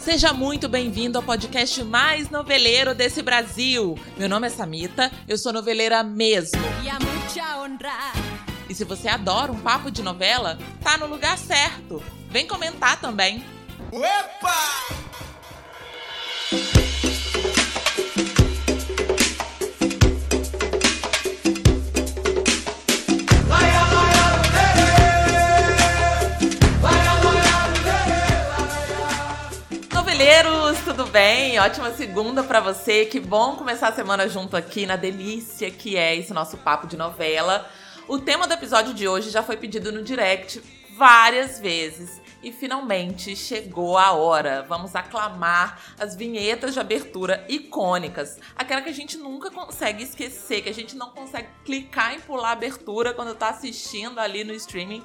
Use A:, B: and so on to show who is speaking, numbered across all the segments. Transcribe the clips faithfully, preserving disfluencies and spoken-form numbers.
A: Seja muito bem-vindo ao podcast mais noveleiro desse Brasil. Meu nome é Samita, eu sou noveleira mesmo. E se você adora um papo de novela, tá no lugar certo. Vem comentar também.
B: Opa!
A: Noveleiros, tudo bem? Ótima segunda pra você. Que bom começar a semana junto aqui na delícia que é esse nosso papo de novela. O tema do episódio de hoje já foi pedido no direct várias vezes e finalmente chegou a hora. Vamos aclamar as vinhetas de abertura icônicas, aquela que a gente nunca consegue esquecer, que a gente não consegue clicar em pular a abertura quando tá assistindo ali no streaming.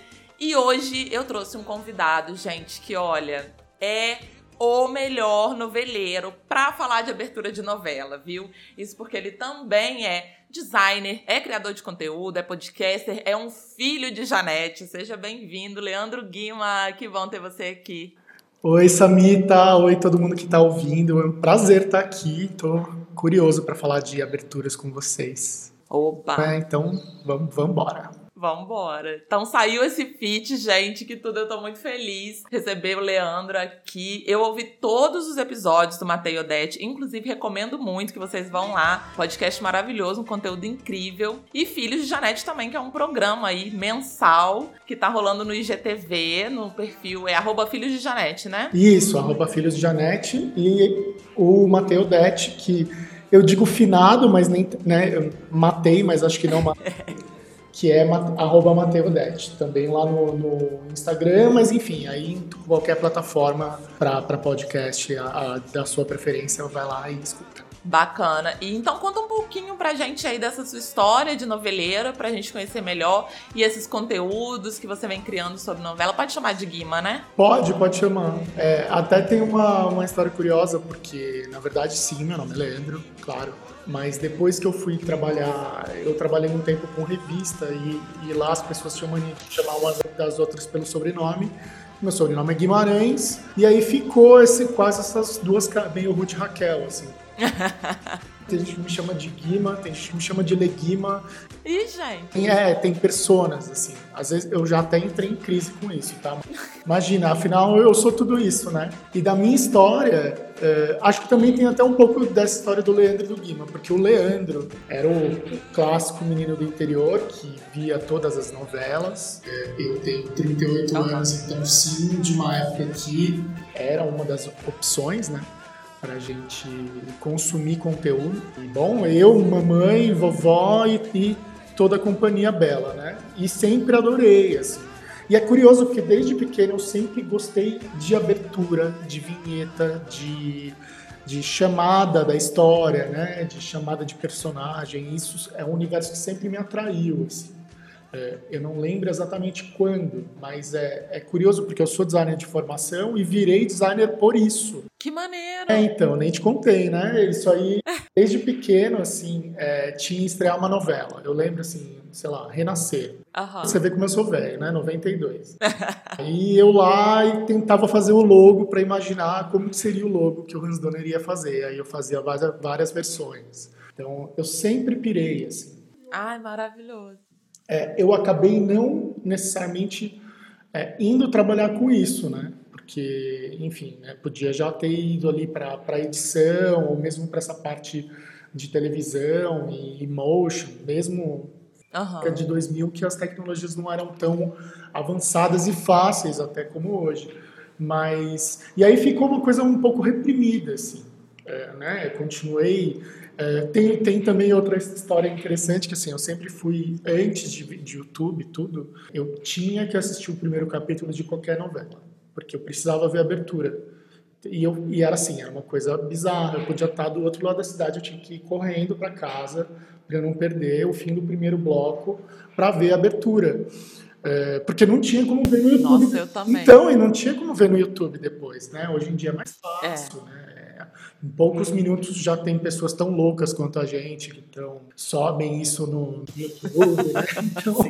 A: E hoje eu trouxe um convidado, gente, que olha, é o melhor noveleiro pra falar de abertura de novela, viu? Isso porque ele também é designer, é criador de conteúdo, é podcaster, é um filho de Janete. Seja bem-vindo, Leandro Guima. Que bom ter você aqui.
C: Oi, Samita. Oi, todo mundo que tá ouvindo. É um prazer estar aqui. Tô curioso pra falar de aberturas com vocês.
A: Opa!
C: É, então, vamos, vamos embora.
A: Vambora. Então saiu esse feat, gente, que tudo, eu tô muito feliz de receber o Leandro aqui. Eu ouvi todos os episódios do Matei Odete, inclusive recomendo muito que vocês vão lá. Podcast maravilhoso, um conteúdo incrível. E Filhos de Janete também, que é um programa aí mensal que tá rolando no I G T V, no perfil, é arroba Filhos de Janete, né?
C: Isso, arroba Filhos de Janete. E o Matei Odete, que eu digo finado, mas nem, né, eu matei, mas acho que não matei. que é arroba Matei Odete, também lá no, no Instagram, mas enfim, aí em qualquer plataforma para podcast a, a, da sua preferência, vai lá e escuta.
A: Bacana. E então conta um pouquinho pra gente aí dessa sua história de noveleira, pra gente conhecer melhor, e esses conteúdos que você vem criando sobre novela. Pode chamar de Guima, né?
C: Pode, pode chamar. É, até tem uma, uma história curiosa, porque na verdade sim, meu nome é Leandro, claro. Mas depois que eu fui trabalhar, eu trabalhei um tempo com revista e, e lá as pessoas tinham mania de chamar umas das outras pelo sobrenome. Meu sobrenome é Guimarães. E aí ficou esse, quase essas duas, meio Ruth e Raquel, assim. Tem gente que me chama de Guima, tem gente que me chama de Leguima.
A: Ih, gente.
C: Tem, é, tem personas, assim. Às vezes eu já até entrei em crise com isso, tá? Imagina, afinal eu sou tudo isso, né? E da minha história, é, acho que também tem até um pouco dessa história do Leandro e do Guima, porque o Leandro era o clássico menino do interior que via todas as novelas. É, eu tenho trinta e oito anos, então sim, de uma época que era uma das opções, né? Pra gente consumir conteúdo. E, bom, eu, mamãe, vovó e, e toda a companhia bela, né? E sempre adorei, assim. E é curioso porque desde pequeno eu sempre gostei de abertura, de vinheta, de, de chamada da história, né? De chamada de personagem. Isso é um universo que sempre me atraiu, assim. É, eu não lembro exatamente quando, mas é, é curioso porque eu sou designer de formação e virei designer por isso.
A: Que maneiro!
C: É, então, nem te contei, né? Isso aí, desde pequeno, assim, é, tinha estrear uma novela. Eu lembro, assim, sei lá, Renascer.
A: Uhum.
C: Você vê como eu sou velho, né? noventa e dois. Aí eu lá e tentava fazer o logo para imaginar como seria o logo que o Hans Donner ia fazer. Aí eu fazia várias, várias versões. Então, eu sempre pirei, assim.
A: Ai, maravilhoso.
C: É, eu acabei não necessariamente é, indo trabalhar com isso, né? Porque, enfim, né, podia já ter ido ali para a edição, ou mesmo para essa parte de televisão e motion, mesmo uhum. de dois mil, que as tecnologias não eram tão avançadas e fáceis até como hoje. Mas, e aí ficou uma coisa um pouco reprimida, assim, é, né? Eu continuei... É, tem, tem também outra história interessante, que assim, eu sempre fui, antes de, de YouTube, tudo, eu tinha que assistir o primeiro capítulo de qualquer novela, porque eu precisava ver a abertura. E, eu, e era assim, era uma coisa bizarra, eu podia estar do outro lado da cidade, eu tinha que ir correndo para casa, para não perder o fim do primeiro bloco, para ver a abertura. É, porque não tinha como ver no YouTube.
A: Nossa, eu também.
C: Então, e não tinha como ver no YouTube depois, né? Hoje em dia é mais fácil, é. né? Em poucos minutos já tem pessoas tão loucas quanto a gente que tão, sobem isso no YouTube, né? Então,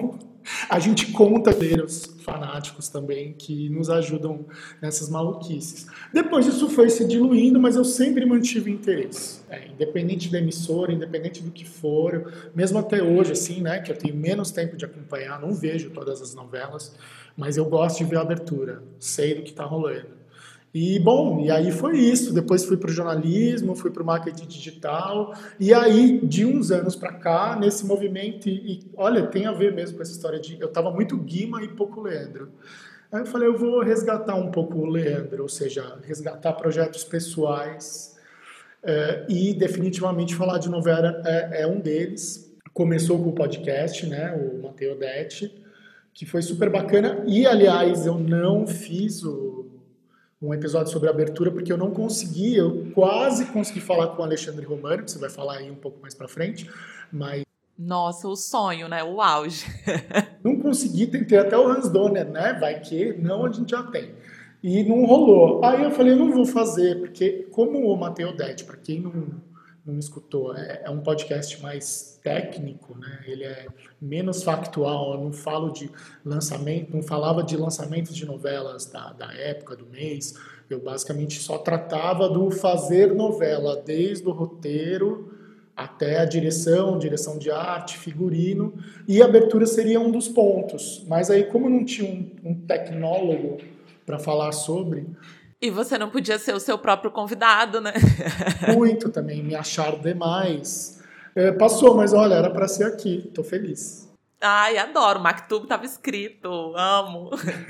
C: A gente conta os fanáticos também que nos ajudam nessas maluquices. Depois isso foi se diluindo, mas eu sempre mantive interesse. É, independente da emissora, independente do que for, mesmo até hoje, assim, né, que eu tenho menos tempo de acompanhar, não vejo todas as novelas, mas eu gosto de ver a abertura, sei do que está rolando. E, bom, e aí foi isso. Depois fui para o jornalismo, fui para o marketing digital. E aí, de uns anos para cá, nesse movimento... E, e, olha, tem a ver mesmo com essa história de... Eu estava muito Guima e pouco Leandro. Aí eu falei, eu vou resgatar um pouco o Leandro, ou seja, resgatar projetos pessoais. É, e definitivamente falar de novela é, é um deles. Começou com o podcast, né, o Matteo Detti, que foi super bacana. E, aliás, eu não fiz o... um episódio sobre a abertura, porque eu não consegui, eu quase consegui falar com o Alexandre Romano, que você vai falar aí um pouco mais pra frente, mas...
A: Nossa, o sonho, né? O auge.
C: Não consegui, tentei até o Hans Donner, né? Vai que não, a gente já tem. E não rolou. Aí eu falei, eu não vou fazer, porque como o Matteo Detti, pra quem não, não escutou, é, é um podcast mais técnico, né? Ele é menos factual, eu não falo de lançamento, não falava de lançamentos de novelas da, da época, do mês, eu basicamente só tratava do fazer novela, desde o roteiro até a direção, direção de arte, figurino, e a abertura seria um dos pontos. Mas aí, como não tinha um, um tecnólogo para falar sobre...
A: E você não podia ser o seu próprio convidado, né?
C: Muito também, me acharam demais. É, passou, mas olha, era para ser aqui, tô feliz.
A: Ai, adoro, o Mactubo tava escrito, amo.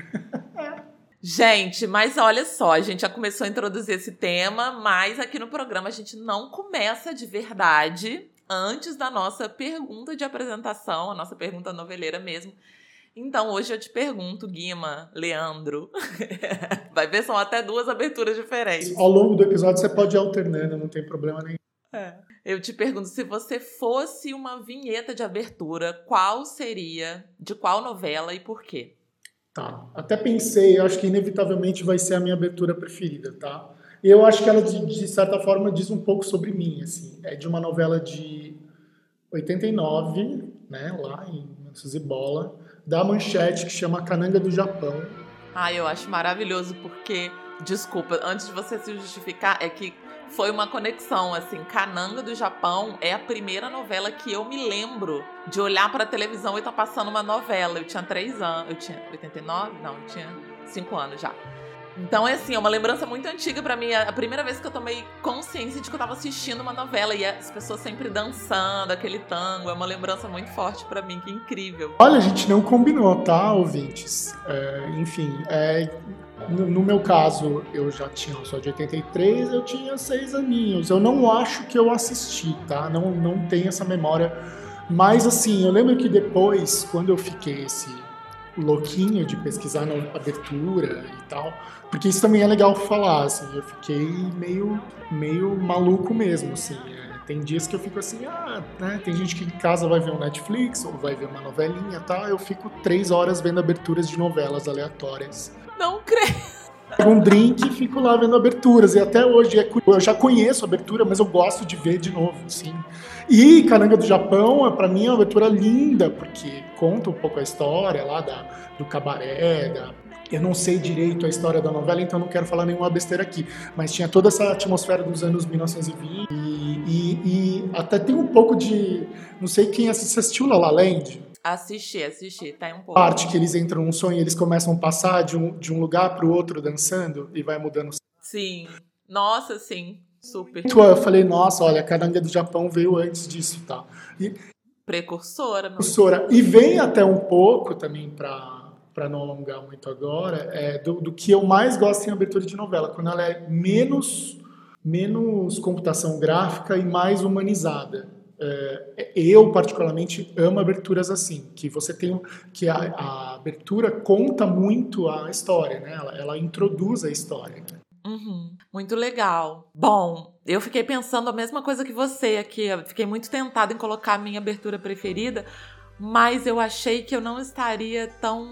A: Gente, mas olha só, a gente já começou a introduzir esse tema, mas aqui no programa a gente não começa de verdade antes da nossa pergunta de apresentação, a nossa pergunta noveleira mesmo. Então, hoje eu te pergunto, Guima, Leandro, vai ver, são até duas aberturas diferentes.
C: Ao longo do episódio você pode ir alternando, não tem problema nenhum.
A: É. Eu te pergunto, se você fosse uma vinheta de abertura, qual seria, de qual novela e por quê?
C: Tá, até pensei, eu acho que inevitavelmente vai ser a minha abertura preferida, tá? Eu acho que ela, de, de certa forma, diz um pouco sobre mim, assim. É de uma novela de oitenta e nove, né, lá em Bola, da Manchete, que chama Cananga do Japão.
A: Ah, eu acho maravilhoso porque, desculpa, antes de você se justificar, é que foi uma conexão, assim, Cananga do Japão é a primeira novela que eu me lembro de olhar pra televisão e tá passando uma novela. Eu tinha três anos, eu tinha oitenta e nove? Não, eu tinha cinco anos já. Então, é assim, é uma lembrança muito antiga pra mim. A primeira vez que eu tomei consciência de que eu tava assistindo uma novela e as pessoas sempre dançando, aquele tango. É uma lembrança muito forte pra mim, que incrível.
C: Olha, a gente não combinou, tá, ouvintes? É, enfim, é, no, no meu caso, eu já tinha, só de oitenta e três, eu tinha seis aninhos. Eu não acho que eu assisti, tá? Não, não tenho essa memória. Mas, assim, eu lembro que depois, quando eu fiquei esse louquinho de pesquisar na abertura e tal, porque isso também é legal falar, assim, eu fiquei meio, meio maluco mesmo, assim, é, tem dias que eu fico assim, ah, né, tem gente que em casa vai ver um Netflix ou vai ver uma novelinha, tá, eu fico três horas vendo aberturas de novelas aleatórias.
A: Não creio.
C: Pego um drink e fico lá vendo aberturas, e até hoje é, eu já conheço a abertura, mas eu gosto de ver de novo, sim. E Cananga do Japão, pra mim, é uma abertura linda, porque conta um pouco a história lá da, do cabaré, da... Eu não sei direito a história da novela, então não quero falar nenhuma besteira aqui, mas tinha toda essa atmosfera dos anos mil novecentos e vinte, e, e, e até tem um pouco de... Não sei quem assistiu La La Land.
A: Assisti, assisti, tá um pouco.
C: Parte que eles entram num sonho e eles começam a passar de um, de um lugar pro outro dançando e vai mudando.
A: Sim, nossa, sim, super.
C: Eu falei, nossa, olha, a Cananga do Japão veio antes disso, tá? E,
A: precursora. Meu.
C: Precursora. E vem até um pouco também, pra, pra não alongar muito agora, é, do, do que eu mais gosto em abertura de novela, quando ela é menos, menos computação gráfica e mais humanizada. É, eu, particularmente, amo aberturas assim, que você tem que a, a abertura conta muito a história, né? Ela, ela introduz a história.
A: Uhum, muito legal. Bom, eu fiquei pensando a mesma coisa que você aqui. Eu fiquei muito tentada em colocar a minha abertura preferida, mas eu achei que eu não estaria tão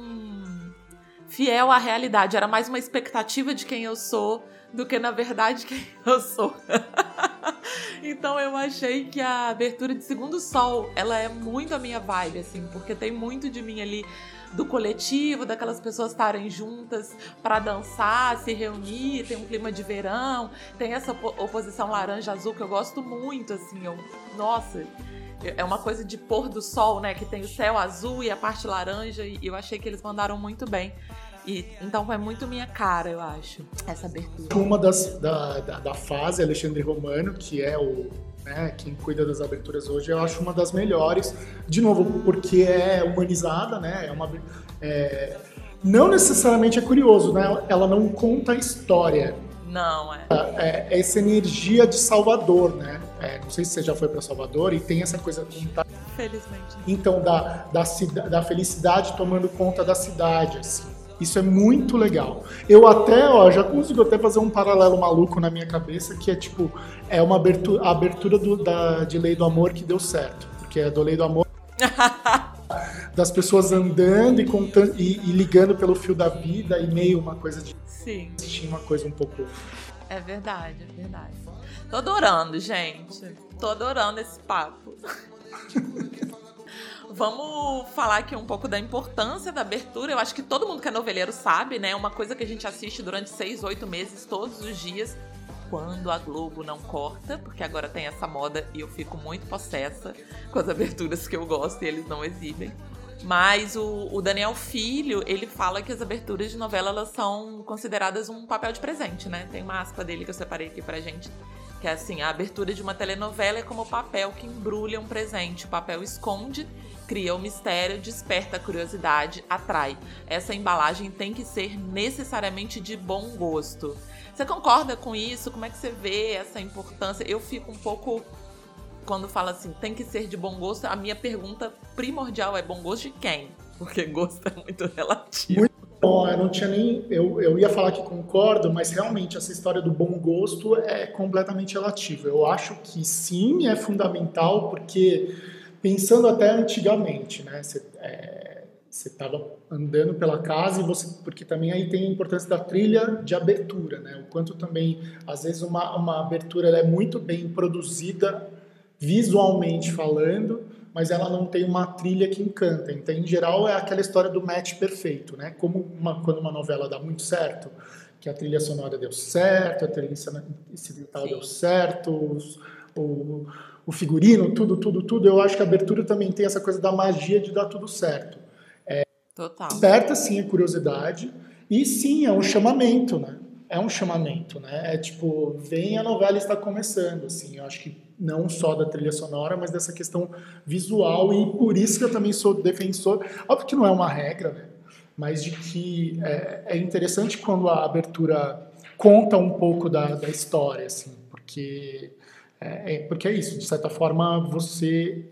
A: fiel à realidade. Era mais uma expectativa de quem eu sou do que, na verdade, quem eu sou. Então eu achei que a abertura de Segundo Sol, ela é muito a minha vibe, assim, porque tem muito de mim ali do coletivo, daquelas pessoas estarem juntas pra dançar, se reunir, tem um clima de verão, tem essa oposição laranja-azul que eu gosto muito, assim, eu, nossa, é uma coisa de pôr do sol, né, que tem o céu azul e a parte laranja, e eu achei que eles mandaram muito bem. E, então foi muito minha cara, eu acho, essa abertura.
C: Uma das, da, da, da fase Alexandre Romano, que é o, né, quem cuida das aberturas hoje, eu acho uma das melhores. De novo, porque é humanizada, né? É uma, é, não necessariamente é curioso, né? Ela não conta a história.
A: Não, é.
C: É, é essa energia de Salvador, né? É, não sei se você já foi para Salvador e tem essa coisa...
A: Felizmente.
C: Então, da, da, da felicidade tomando conta da cidade, assim. Isso é muito legal. Eu até, ó, já consigo até fazer um paralelo maluco na minha cabeça, que é tipo, é uma abertura, a abertura do, da, de Lei do Amor que deu certo. Porque é do Lei do Amor das pessoas andando e, contando, e, e ligando pelo fio da vida e meio uma coisa de...
A: Sim.
C: Uma coisa um pouco...
A: É verdade, é verdade. Tô adorando, gente. Tô adorando esse papo. Vamos falar aqui um pouco da importância da abertura. Eu acho que todo mundo que é noveleiro sabe, né? Uma coisa que a gente assiste durante seis, oito meses, todos os dias, quando a Globo não corta, porque agora tem essa moda e eu fico muito possessa com as aberturas que eu gosto e eles não exibem. Mas o, o Daniel Filho, ele fala que as aberturas de novela, elas são consideradas um papel de presente, né? Tem uma aspa dele que eu separei aqui pra gente, que é assim: a abertura de uma telenovela é como o papel que embrulha um presente. O papel esconde, cria o mistério, desperta a curiosidade, atrai. Essa embalagem tem que ser necessariamente de bom gosto. Você concorda com isso? Como é que você vê essa importância? Eu fico um pouco... Quando fala assim, tem que ser de bom gosto, a minha pergunta primordial é: bom gosto de quem? Porque gosto é muito relativo.
C: Muito bom, eu não tinha nem... Eu, eu ia falar que concordo, mas realmente essa história do bom gosto é completamente relativa. Eu acho que sim, é fundamental, porque pensando até antigamente, né? Você é, estava andando pela casa e você... Porque também aí tem a importância da trilha de abertura, né? O quanto também, às vezes, uma, uma abertura ela é muito bem produzida visualmente falando, mas ela não tem uma trilha que encanta. Então, em geral, é aquela história do match perfeito, né? Como uma, quando uma novela dá muito certo, que a trilha sonora deu certo, a trilha incidental deu certo, os, o, o figurino, tudo, tudo, tudo. Eu acho que a abertura também tem essa coisa da magia de dar tudo certo. É,
A: Total.
C: Desperta, sim, a curiosidade, e sim, é um chamamento, né? É um chamamento, né? É tipo, vem, a novela está começando, assim. Eu acho que não só da trilha sonora, mas dessa questão visual, e por isso que eu também sou defensor, óbvio que não é uma regra, né? Mas de que é, é interessante quando a abertura conta um pouco da, da história, assim, porque é, é, porque é isso, de certa forma você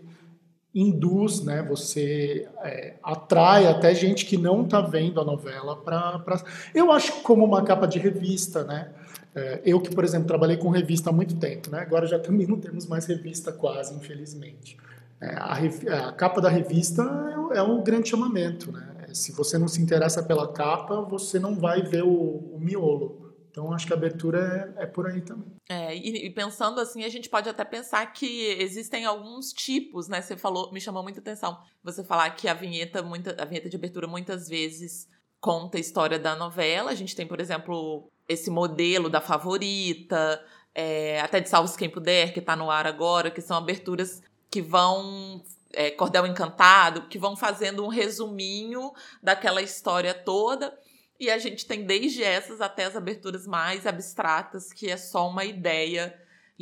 C: induz, né, você é, atrai até gente que não está vendo a novela para... Pra... Eu acho como uma capa de revista, né? É, eu que, por exemplo, trabalhei com revista há muito tempo, né? Agora já também não temos mais revista quase, infelizmente. É, a, rev... a capa da revista é, é um grande chamamento, né? Se você não se interessa pela capa, você não vai ver o, o miolo. Então, acho que a abertura é, é por aí também.
A: É, e, e pensando assim, a gente pode até pensar que existem alguns tipos, né? Você falou, me chamou muita atenção, você falar que a vinheta, muita, a vinheta de abertura muitas vezes conta a história da novela. A gente tem, por exemplo, esse modelo da Favorita, é, até de Salve-se Quem Puder, que tá no ar agora, que são aberturas que vão... É, Cordel Encantado, que vão fazendo um resuminho daquela história toda. E a gente tem desde essas até as aberturas mais abstratas, que é só uma ideia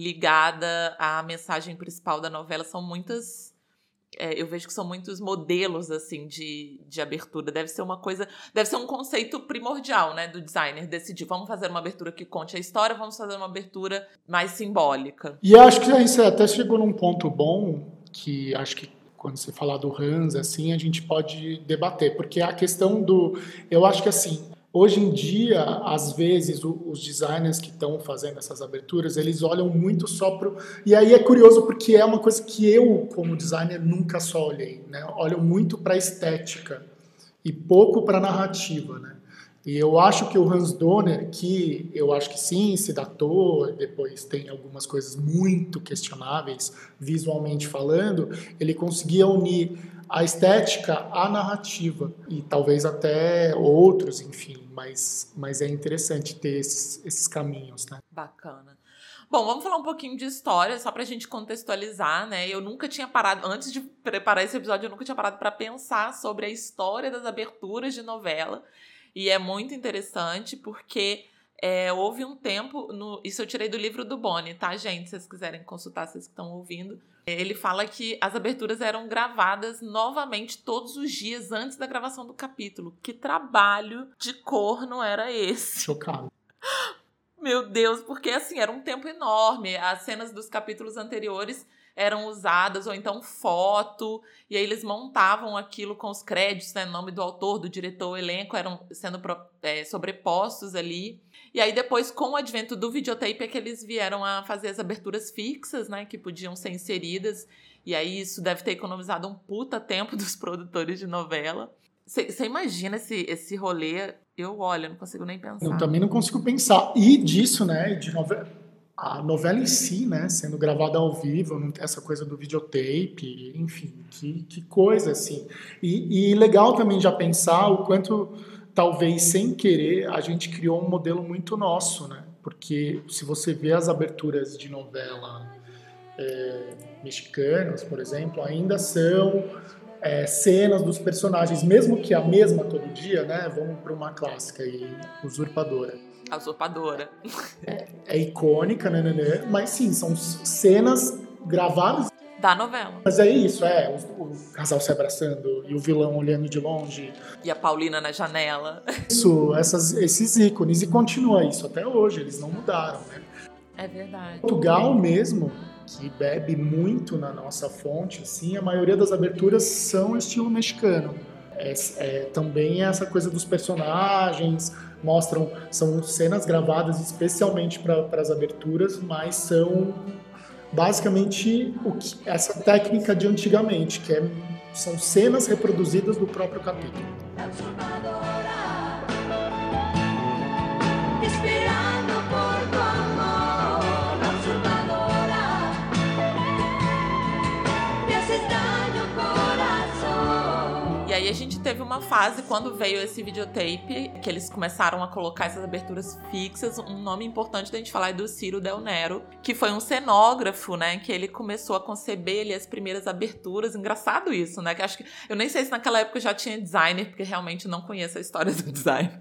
A: ligada à mensagem principal da novela. São muitas... É, eu vejo que são muitos modelos, assim, de, de abertura. Deve ser uma coisa... Deve ser um conceito primordial, né, do designer. Decidir, vamos fazer uma abertura que conte a história, vamos fazer uma abertura mais simbólica.
C: E acho que você até chegou num ponto bom, que acho que quando você falar do Hans, assim, a gente pode debater, porque a questão do... Eu acho que, assim, hoje em dia, às vezes, o, os designers que estão fazendo essas aberturas, eles olham muito só pro... E aí é curioso, porque é uma coisa que eu, como designer, nunca só olhei, né? Olho muito para a estética e pouco para a narrativa, né? E eu acho que o Hans Donner, que eu acho que sim, se datou, depois tem algumas coisas muito questionáveis, visualmente falando, ele conseguia unir a estética à narrativa, e talvez até outros, enfim, mas, mas é interessante ter esses, esses caminhos, né?
A: Bacana. Bom, vamos falar um pouquinho de história, só pra gente contextualizar, né? Eu nunca tinha parado, antes de preparar esse episódio, eu nunca tinha parado pra pensar sobre a história das aberturas de novela. E é muito interessante porque é, houve um tempo, no, isso eu tirei do livro do Boni, tá, gente? Se vocês quiserem consultar, vocês que estão ouvindo. Ele fala que as aberturas eram gravadas novamente todos os dias antes da gravação do capítulo. Que trabalho de corno era esse?
C: Chocado.
A: Meu Deus, porque assim, era um tempo enorme. As cenas dos capítulos anteriores eram usadas, ou então foto, e aí eles montavam aquilo com os créditos, né, nome do autor, do diretor, o elenco, eram sendo é, sobrepostos ali. E aí depois, com o advento do videotape, é que eles vieram a fazer as aberturas fixas, né, que podiam ser inseridas, e aí isso deve ter economizado um puta tempo dos produtores de novela. Você imagina esse, esse rolê? Eu, olha, não consigo nem pensar.
C: Eu também não consigo pensar. E disso, né, de novela... A novela em si, né, sendo gravada ao vivo, não tem essa coisa do videotape, enfim, que, que coisa, assim. E, e legal também já pensar o quanto, talvez sem querer, a gente criou um modelo muito nosso, né? Porque se você vê as aberturas de novela é, mexicanas, por exemplo, ainda são é, cenas dos personagens, mesmo que a mesma todo dia, né? Vamos para uma clássica aí, Usurpadora.
A: A Usurpadora.
C: É, é icônica, né, né, né, mas sim, são cenas gravadas
A: da novela.
C: Mas é isso, é, o, o casal se abraçando e o vilão olhando de longe.
A: E a Paulina na janela.
C: Isso, essas, esses ícones, e continua isso até hoje, eles não mudaram, né?
A: É verdade.
C: Portugal mesmo, que bebe muito na nossa fonte, assim, a maioria das aberturas são estilo mexicano. É, é, também é essa coisa dos personagens, mostram, são cenas gravadas especialmente para as aberturas, mas são basicamente o que, essa técnica de antigamente, que é, são cenas reproduzidas do próprio capítulo.
A: E aí a gente teve uma fase, quando veio esse videotape, que eles começaram a colocar essas aberturas fixas. Um nome importante da gente falar é do Ciro Del Nero, que foi um cenógrafo, né, que ele começou a conceber ali as primeiras aberturas. Engraçado isso, né, que acho que, eu nem sei se naquela época já tinha designer, porque realmente não conheço a história do design.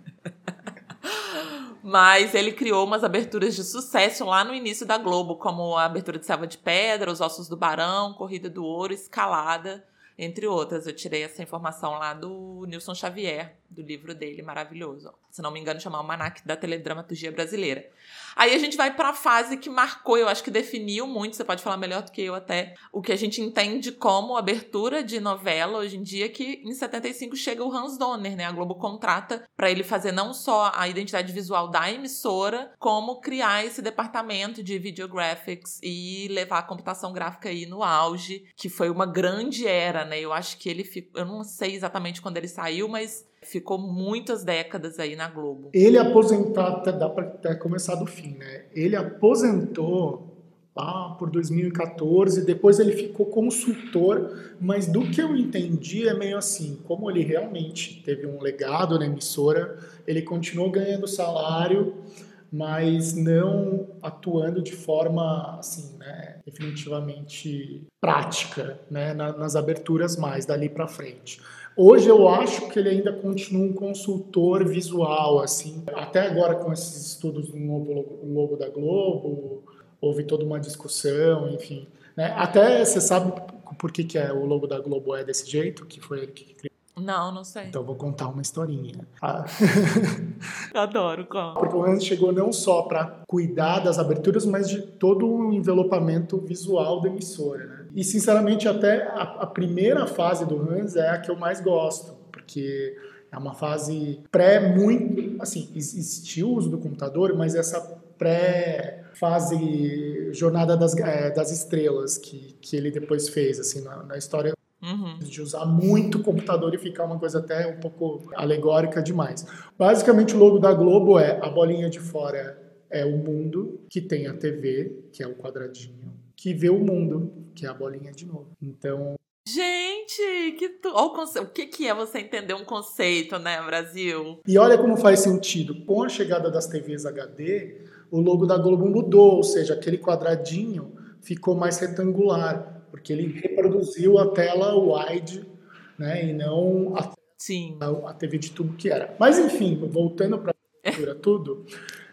A: Mas ele criou umas aberturas de sucesso lá no início da Globo, como a abertura de Selva de Pedra, Os Ossos do Barão, Corrida do Ouro, Escalada, entre outras. Eu tirei essa informação lá do Nilson Xavier, do livro dele, maravilhoso. Se não me engano, chama Almanac da Teledramaturgia Brasileira. Aí a gente vai para a fase que marcou, eu acho que definiu muito, você pode falar melhor do que eu até, o que a gente entende como abertura de novela hoje em dia, que em setenta e cinco chega o Hans Donner, né? A Globo contrata para ele fazer não só a identidade visual da emissora, como criar esse departamento de videographics e levar a computação gráfica aí no auge, que foi uma grande era, né? Eu acho que ele ficou, eu não sei exatamente quando ele saiu, mas ficou muitas décadas aí na Globo.
C: Ele aposentou, até dá para até começar do fim, né? Ele aposentou lá por dois mil e quatorze, depois ele ficou consultor, mas do que eu entendi é meio assim, como ele realmente teve um legado na emissora, ele continuou ganhando salário, mas não atuando de forma, assim, né, definitivamente prática, né, nas aberturas mais dali para frente. Hoje eu acho que ele ainda continua um consultor visual, assim, até agora com esses estudos do novo logo, logo da Globo, houve toda uma discussão, enfim, né, até você sabe por que, que é, o logo da Globo é desse jeito, que foi ele que criou?
A: Não, não sei.
C: Então vou contar uma historinha. Ah.
A: Adoro, como.
C: Porque o Hans chegou não só para cuidar das aberturas, mas de todo o envelopamento visual da emissora, né? E sinceramente até a, a primeira fase do Hans é a que eu mais gosto, porque é uma fase pré muito, assim, existia o uso do computador, mas essa pré fase Jornada das, é, das Estrelas que, que ele depois fez, assim, na, na história.
A: Uhum.
C: De usar muito o computador e ficar uma coisa até um pouco alegórica demais. Basicamente, o logo da Globo é a bolinha de fora é o mundo, que tem a T V, que é o quadradinho, que vê o mundo, que é a bolinha de novo. Então...
A: Gente, que tu... Olha o, conce... o que, que é você entender um conceito, né, Brasil?
C: E olha como faz sentido. Com a chegada das T Vs H D, o logo da Globo mudou, ou seja, aquele quadradinho ficou mais retangular, porque ele reproduziu a tela wide, né, e não a,
A: Sim.
C: a, a T V de tubo que era. Mas enfim, voltando para a cultura tudo,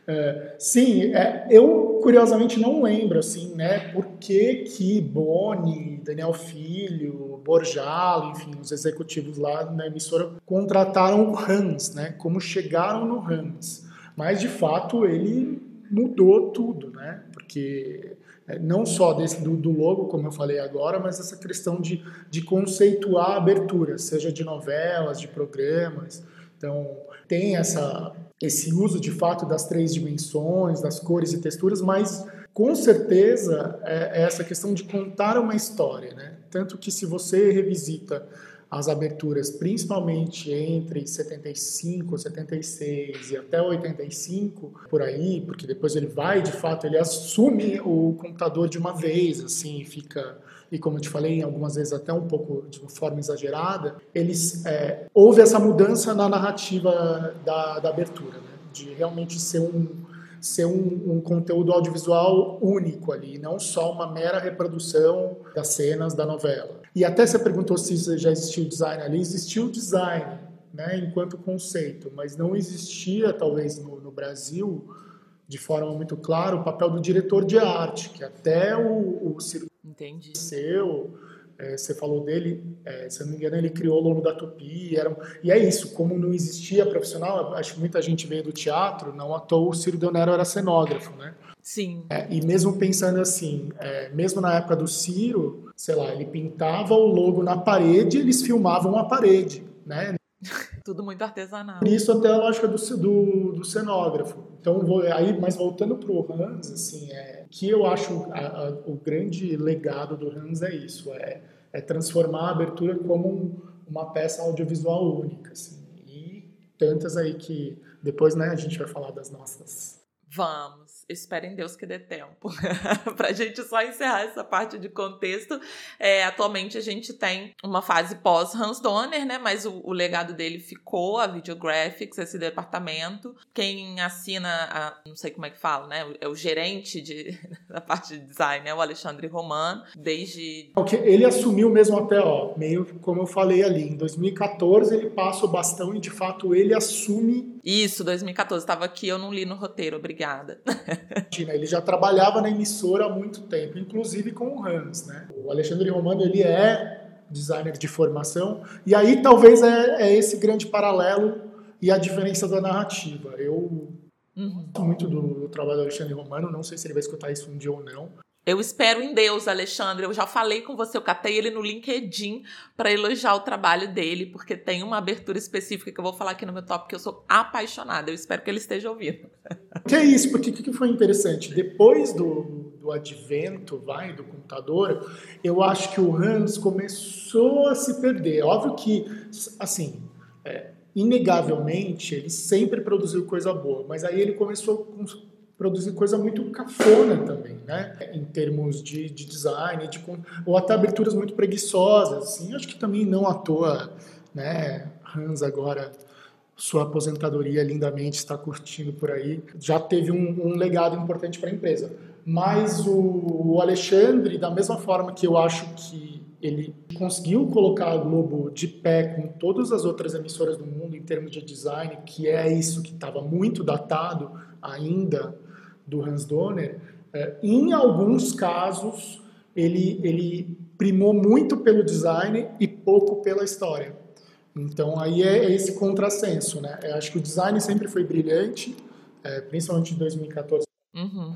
C: é, sim, é, eu curiosamente não lembro assim, né, por que que Boni, Daniel Filho, Borjalo, enfim, os executivos lá na emissora contrataram o Hans, né, como chegaram no Hans. Mas de fato ele mudou tudo, né, porque não só desse, do, do logo, como eu falei agora, mas essa questão de, de conceituar a abertura, seja de novelas, de programas. Então, tem essa, esse uso, de fato, das três dimensões, das cores e texturas, mas, com certeza, é, é essa questão de contar uma história, né? Tanto que, se você revisita as aberturas, principalmente entre setenta e cinco, setenta e seis e até oitenta e cinco, por aí, porque depois ele vai, de fato, ele assume o computador de uma vez, assim, fica... E como eu te falei, algumas vezes até um pouco de uma forma exagerada, eles, é, houve essa mudança na narrativa da, da abertura, né? De realmente ser um, ser um, um conteúdo audiovisual único ali, não só uma mera reprodução das cenas da novela. E até você perguntou se já existiu design ali, existiu design, né, enquanto conceito, mas não existia, talvez, no, no Brasil, de forma muito clara, o papel do diretor de arte, que até o, o Ciro
A: Entendi.
C: Seu, é, você falou dele, é, se eu não me engano, ele criou o Logo da Tupi, era, e é isso, como não existia profissional, acho que muita gente veio do teatro, não à toa o Ciro Del Nero era cenógrafo, né?
A: Sim.
C: É, e mesmo pensando assim, é, mesmo na época do Ciro, sei lá, ele pintava o logo na parede, eles filmavam a parede, né?
A: Tudo muito artesanal.
C: Por isso até a lógica do, do, do cenógrafo. Então, vou, aí, mas voltando para o Hans, assim, é, que eu acho a, a, o grande legado do Hans é isso, é, é transformar a abertura como um, uma peça audiovisual única, assim, e tantas aí que depois, né, a gente vai falar das nossas.
A: Vamos. Espero em Deus que dê tempo. Pra gente só encerrar essa parte de contexto. É, atualmente a gente tem uma fase pós-Hans Donner, né? Mas o, o legado dele ficou, a Videographics, esse departamento. Quem assina, a, não sei como é que fala, né? É o gerente de, da parte de design, né? O Alexandre Roman, desde...
C: Ele assumiu mesmo até, ó, meio como eu falei ali, em dois mil e catorze ele passa o bastão e de fato ele assume.
A: Isso, dois mil e catorze, estava aqui, eu não li no roteiro, obrigada.
C: Ele já trabalhava na emissora há muito tempo, inclusive com o Hans, né? O Alexandre Romano, ele é designer de formação, e aí talvez é, é esse grande paralelo e a diferença da narrativa. Eu
A: uhum.
C: gosto muito do, do trabalho do Alexandre Romano, não sei se ele vai escutar isso um dia ou não.
A: Eu espero em Deus, Alexandre. Eu já falei com você, eu catei ele no LinkedIn para elogiar o trabalho dele, porque tem uma abertura específica que eu vou falar aqui no meu top, que eu sou apaixonada. Eu espero que ele esteja ouvindo.
C: Que é isso, porque o que foi interessante? Depois do, do advento, vai, do computador, eu acho que o Hans começou a se perder. Óbvio que, assim, é, inegavelmente, ele sempre produziu coisa boa, mas aí ele começou com... produzir coisa muito cafona também, né? Em termos de, de design, de, ou até aberturas muito preguiçosas, assim. Acho que também não à toa, né? Hans agora, sua aposentadoria lindamente está curtindo por aí. Já teve um, um legado importante para a empresa. Mas o, o Alexandre, da mesma forma que eu acho que ele conseguiu colocar a Globo de pé com todas as outras emissoras do mundo em termos de design, que é isso que estava muito datado ainda do Hans Donner, em alguns casos ele, ele primou muito pelo design e pouco pela história. Então aí é esse contrassenso, né? Eu acho que o design sempre foi brilhante, principalmente em dois mil e catorze,
A: uhum.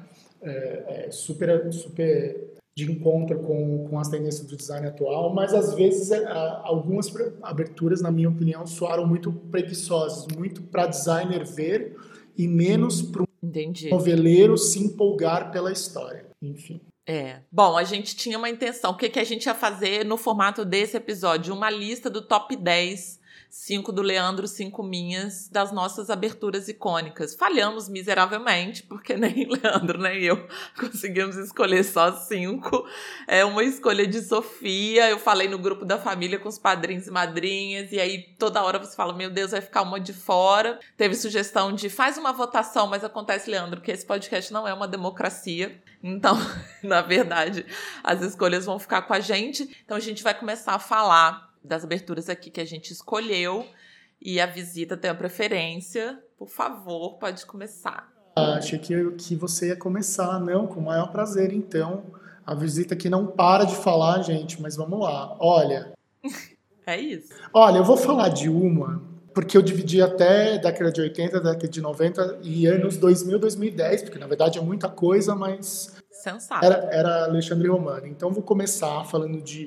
C: é, é super, super de encontro com, com as tendências do design atual, mas às vezes algumas aberturas, na minha opinião, soaram muito preguiçosas, muito para designer ver e menos para o
A: Entendi.
C: noveleiro se empolgar pela história. Enfim.
A: É. Bom, a gente tinha uma intenção. O que, que a gente ia fazer no formato desse episódio? Uma lista do top dez, cinco do Leandro, cinco minhas, das nossas aberturas icônicas. Falhamos miseravelmente, porque nem Leandro nem eu conseguimos escolher só cinco. É uma escolha de Sofia. Eu falei no grupo da família com os padrinhos e madrinhas, e aí toda hora você fala, meu Deus, vai ficar uma de fora. Teve sugestão de faz uma votação, mas acontece, Leandro, que esse podcast não é uma democracia. Então, na verdade, as escolhas vão ficar com a gente. Então a gente vai começar a falar das aberturas aqui que a gente escolheu, e a Visita tem a preferência. Por favor, pode começar.
C: Ah, achei que, que você ia começar. Não, com o maior prazer, então. A Visita que não para de falar, gente, mas vamos lá. Olha...
A: É isso.
C: Olha, eu vou falar de uma, porque eu dividi até década de oitenta, década de noventa e anos dois mil, dois mil e dez, porque na verdade é muita coisa, mas...
A: Sensato.
C: Era, era Alexandre Romano. Então vou começar falando de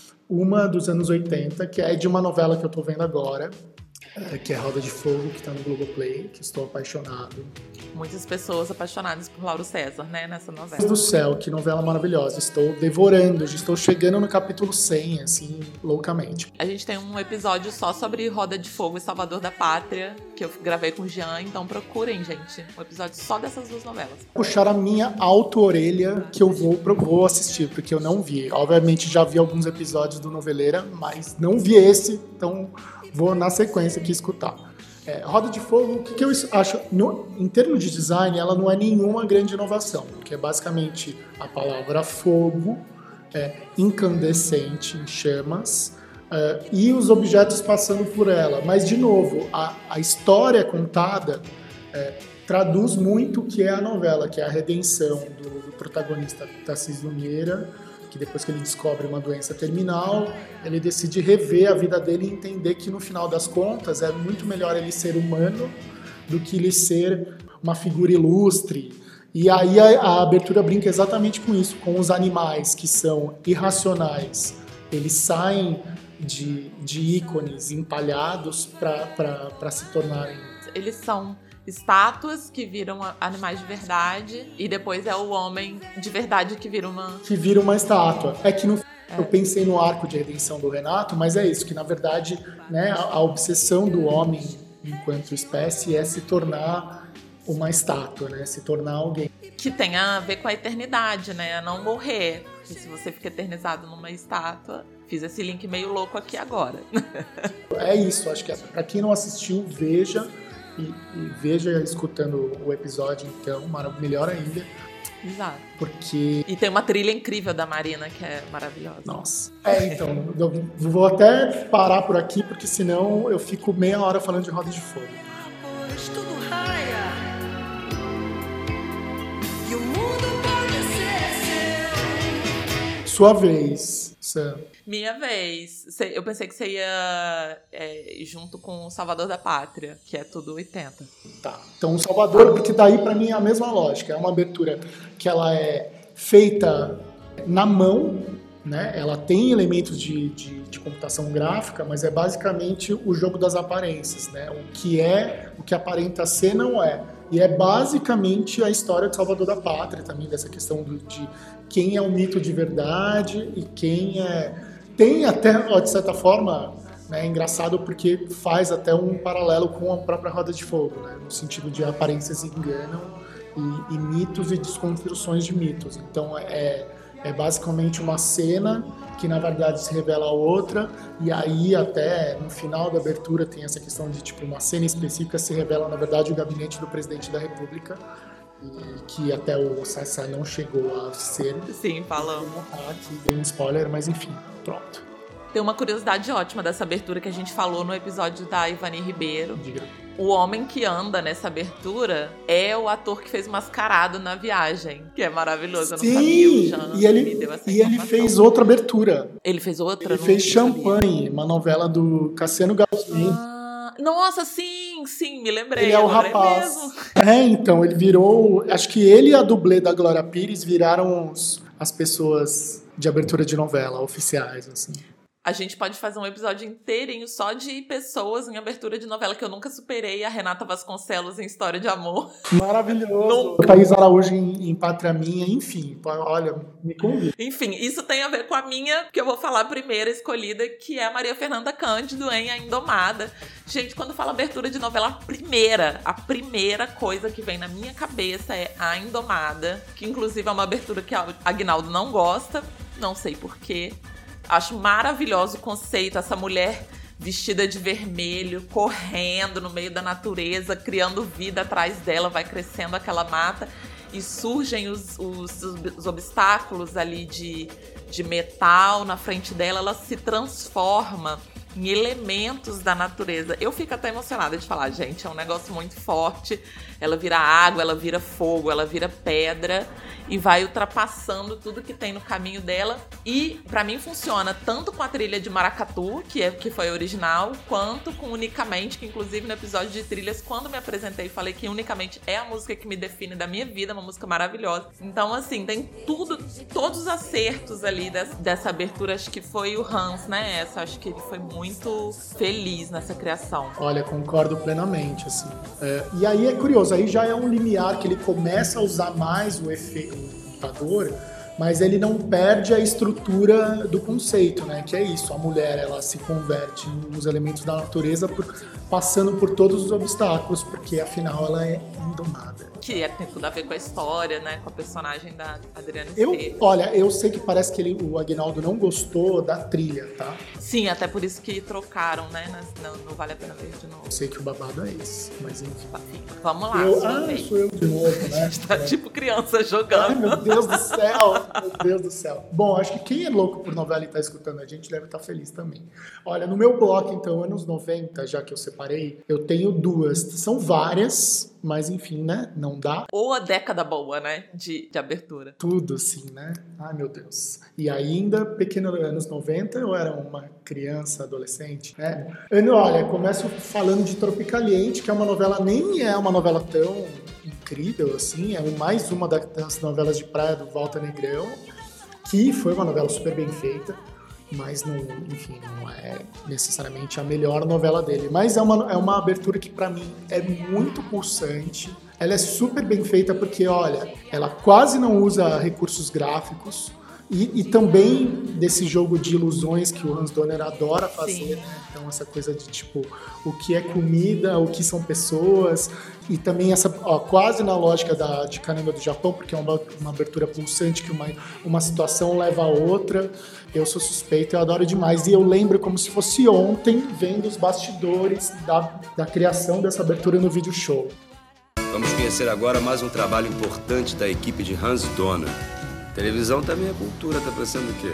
C: uma dos anos oitenta, que é de uma novela que eu tô vendo agora, que é Roda de Fogo, que tá no Globoplay, que estou apaixonado.
A: Muitas pessoas apaixonadas por Lauro César, né, nessa novela.
C: Deus do céu, que novela maravilhosa. Estou devorando, já estou chegando no capítulo cem, assim, loucamente.
A: A gente tem um episódio só sobre Roda de Fogo e Salvador da Pátria, que eu gravei com o Jean, então procurem, gente, um episódio só dessas duas novelas.
C: Puxar a minha auto-orelha que eu vou, vou assistir, porque eu não vi. Obviamente já vi alguns episódios do Noveleira, mas não vi esse, então vou na sequência aqui escutar. É, Roda de Fogo, o que, que eu acho? No, em termos de design, ela não é nenhuma grande inovação, porque é basicamente a palavra fogo, é, incandescente, em chamas, é, e os objetos passando por ela. Mas, de novo, a, a história contada é, traduz muito o que é a novela, que é a redenção do, do protagonista Tarcísio Meira, que depois que ele descobre uma doença terminal, ele decide rever a vida dele e entender que, no final das contas, é muito melhor ele ser humano do que ele ser uma figura ilustre. E aí a, a abertura brinca exatamente com isso, com os animais que são irracionais. Eles saem de, de ícones empalhados para se tornarem...
A: Eles são estátuas que viram animais de verdade, e depois é o homem de verdade que vira uma...
C: Que vira uma estátua. É que no... é. Eu pensei no arco de redenção do Renato, mas é isso, que na verdade, né, a, a obsessão do homem enquanto espécie é se tornar uma estátua, né? Se tornar alguém.
A: Que tem a ver com a eternidade, né? A não morrer. Porque se você fica eternizado numa estátua... Fiz esse link meio louco aqui agora.
C: É isso, acho que é, pra quem não assistiu, veja... E, e veja escutando o episódio, então, melhor ainda.
A: Exato.
C: Porque...
A: E tem uma trilha incrível da Marina, que é maravilhosa.
C: Nossa. É, então, eu vou até parar por aqui, porque senão eu fico meia hora falando de Roda de Fogo.
B: Pois tudo raia, e o mundo pode ser seu.
C: Sua vez, Sam.
A: Minha vez. Eu pensei que você ia é, junto com o Salvador da Pátria, que é tudo oitenta.
C: Tá. Então, o Salvador, porque daí pra mim é a mesma lógica. É uma abertura que ela é feita na mão, né? Ela tem elementos de, de, de computação gráfica, mas é basicamente o jogo das aparências, né? O que é, o que aparenta ser não é. E é basicamente a história de Salvador da Pátria também, dessa questão do, de quem é o mito de verdade e quem é... Tem até, de certa forma, né, é engraçado porque faz até um paralelo com a própria Roda de Fogo, né, no sentido de aparências enganam e, e mitos e desconstruções de mitos. Então é, é basicamente uma cena que na verdade se revela outra, e aí até no final da abertura tem essa questão de tipo uma cena específica se revela na verdade o gabinete do presidente da República, e que até o Sassá não chegou a ser.
A: Sim, falamos.
C: Aqui dei um spoiler, mas enfim, pronto.
A: Tem uma curiosidade ótima dessa abertura que a gente falou no episódio da Ivani Ribeiro.
C: Diga.
A: O homem que anda nessa abertura é o ator que fez Mascarado na Viagem, que é maravilhoso. Eu não
C: Sim,
A: sabia, o Jean
C: e ele,
A: me deu essa
C: e ele fez outra abertura.
A: Ele fez outra?
C: Ele
A: não,
C: fez
A: não
C: Champanhe,
A: sabia.
C: uma novela do Cassiano Gabusman.
A: Ah, nossa, sim, sim, me lembrei.
C: Ele é o rapaz. Mesmo. É, então, ele virou... Acho que ele e a dublê da Glória Pires viraram os, as pessoas de abertura de novela, oficiais, assim.
A: A gente pode fazer um episódio inteirinho só de pessoas em abertura de novela que eu nunca superei. A Renata Vasconcelos em História de Amor.
C: Maravilhoso. Nunca. Thaís Araújo em, em Pátria Minha, enfim. Olha, me convida.
A: Enfim, isso tem a ver com a minha, que eu vou falar a primeira escolhida, que é a Maria Fernanda Cândido em A Indomada. Gente, quando fala abertura de novela, a primeira, a primeira coisa que vem na minha cabeça é A Indomada, que inclusive é uma abertura que a Aguinaldo não gosta, não sei porquê. Acho maravilhoso o conceito, essa mulher vestida de vermelho, correndo no meio da natureza, criando vida atrás dela, vai crescendo aquela mata e surgem os, os, os obstáculos ali de, de metal na frente dela, ela se transforma em elementos da natureza. Eu fico até emocionada de falar, gente, é um negócio muito forte. Ela vira água, ela vira fogo, ela vira pedra e vai ultrapassando tudo que tem no caminho dela. E pra mim funciona tanto com a trilha de Maracatu, que, é, que foi original, quanto com Unicamente, que inclusive no episódio de trilhas, quando me apresentei, falei que Unicamente é a música que me define da minha vida, uma música maravilhosa. Então, assim, tem tudo, todos os acertos ali dessa, dessa abertura. Acho que foi o Hans, né? Essa, acho que ele foi muito feliz nessa criação.
C: Olha, concordo plenamente, assim. É, e aí é curioso, aí já é um limiar que ele começa a usar mais o efeito computador, mas ele não perde a estrutura do conceito, né? Que é isso, a mulher, ela se converte nos elementos da natureza por, passando por todos os obstáculos, porque afinal ela é indomada.
A: Que é, tem tudo a ver com a história, né? Com a personagem da Adriana
C: eu,
A: Esteves.
C: Olha, eu sei que parece que ele, o Aguinaldo não gostou da trilha, tá?
A: Sim, até por isso que trocaram, né? Não, não vale a pena ver de novo.
C: Eu sei que o babado é esse, mas enfim.
A: Vamos lá,
C: eu,
A: sua
C: ah,
A: vez.
C: sou eu de novo, né?
A: A gente tá tipo criança jogando.
C: Ai, meu Deus do céu, meu Deus do céu. Bom, acho que quem é louco por novela e tá escutando a gente deve estar feliz também. Olha, no meu bloco, então, anos noventa, já que eu separei, eu tenho duas. São várias, mas enfim, né? Não dá.
A: Ou a década boa, né? De, de abertura.
C: Tudo assim, né? Ai, meu Deus. E ainda, pequeno anos noventa, eu era uma criança, adolescente, né? Eu, olha, começo falando de Tropicaliente, que é uma novela, nem é uma novela tão incrível assim, é mais uma das novelas de praia do Walter Negrão, que foi uma novela super bem feita, mas não, enfim, não é necessariamente a melhor novela dele. Mas é uma, é uma abertura que pra mim é muito pulsante. Ela é super bem feita porque, olha, ela quase não usa recursos gráficos e, e também desse jogo de ilusões que o Hans Donner adora fazer, né? Então essa coisa de tipo, o que é comida, o que são pessoas, e também essa, ó, quase na lógica da, de Kanema do Japão, porque é uma, uma abertura pulsante que uma, uma situação leva a outra. Eu sou suspeito, eu adoro demais. E eu lembro como se fosse ontem, vendo os bastidores da, da criação dessa abertura no vídeo show.
D: Vamos conhecer agora mais um trabalho importante da equipe de Hans Donner. Televisão também é cultura, tá pensando o quê?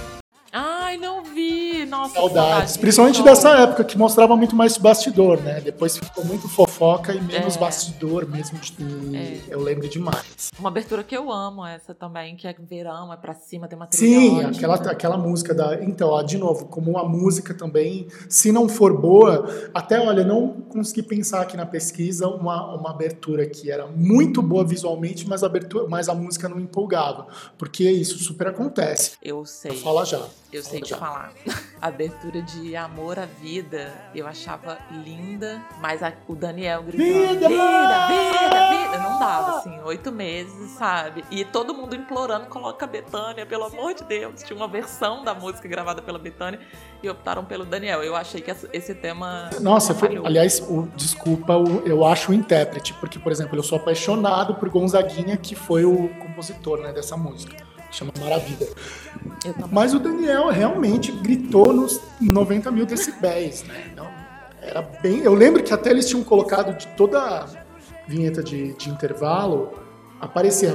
A: Ai, não vi! Nossa,
C: Saudades.
A: saudade.
C: Principalmente
A: Show.
C: dessa época, que mostrava muito mais bastidor, né? Depois ficou muito fofoca e menos
A: É.
C: bastidor mesmo. De...
A: É.
C: Eu lembro demais.
A: Uma abertura que eu amo, essa também, que é verão, é pra cima, tem uma trilha
C: Sim,
A: ótima.
C: aquela, aquela música da... Então, ó, de novo, como a música também, se não for boa, até, olha, não consegui pensar aqui na pesquisa uma, uma abertura que era muito boa visualmente, mas a, abertura, mas a música não empolgava, porque isso super acontece.
A: Eu sei.
C: Fala já.
A: Eu sei te falar. A abertura de Amor à Vida, eu achava linda, mas a, o Daniel gritando
C: Vida!
A: vida, vida, vida, não dava, assim, oito meses, sabe? E todo mundo implorando, coloca a Bethânia, pelo amor de Deus. Tinha uma versão da música gravada pela Bethânia e optaram pelo Daniel. Eu achei que esse tema...
C: Nossa, foi,
A: falhou.
C: aliás, o, desculpa, o, eu acho o intérprete, porque, por exemplo, eu sou apaixonado por Gonzaguinha, que foi o compositor, né, dessa música. Chama Maravilha.
A: Eu também.
C: Mas o Daniel realmente gritou nos noventa mil decibéis, né? Não, era bem... Eu lembro que até eles tinham colocado de toda a vinheta de, de intervalo, aparecia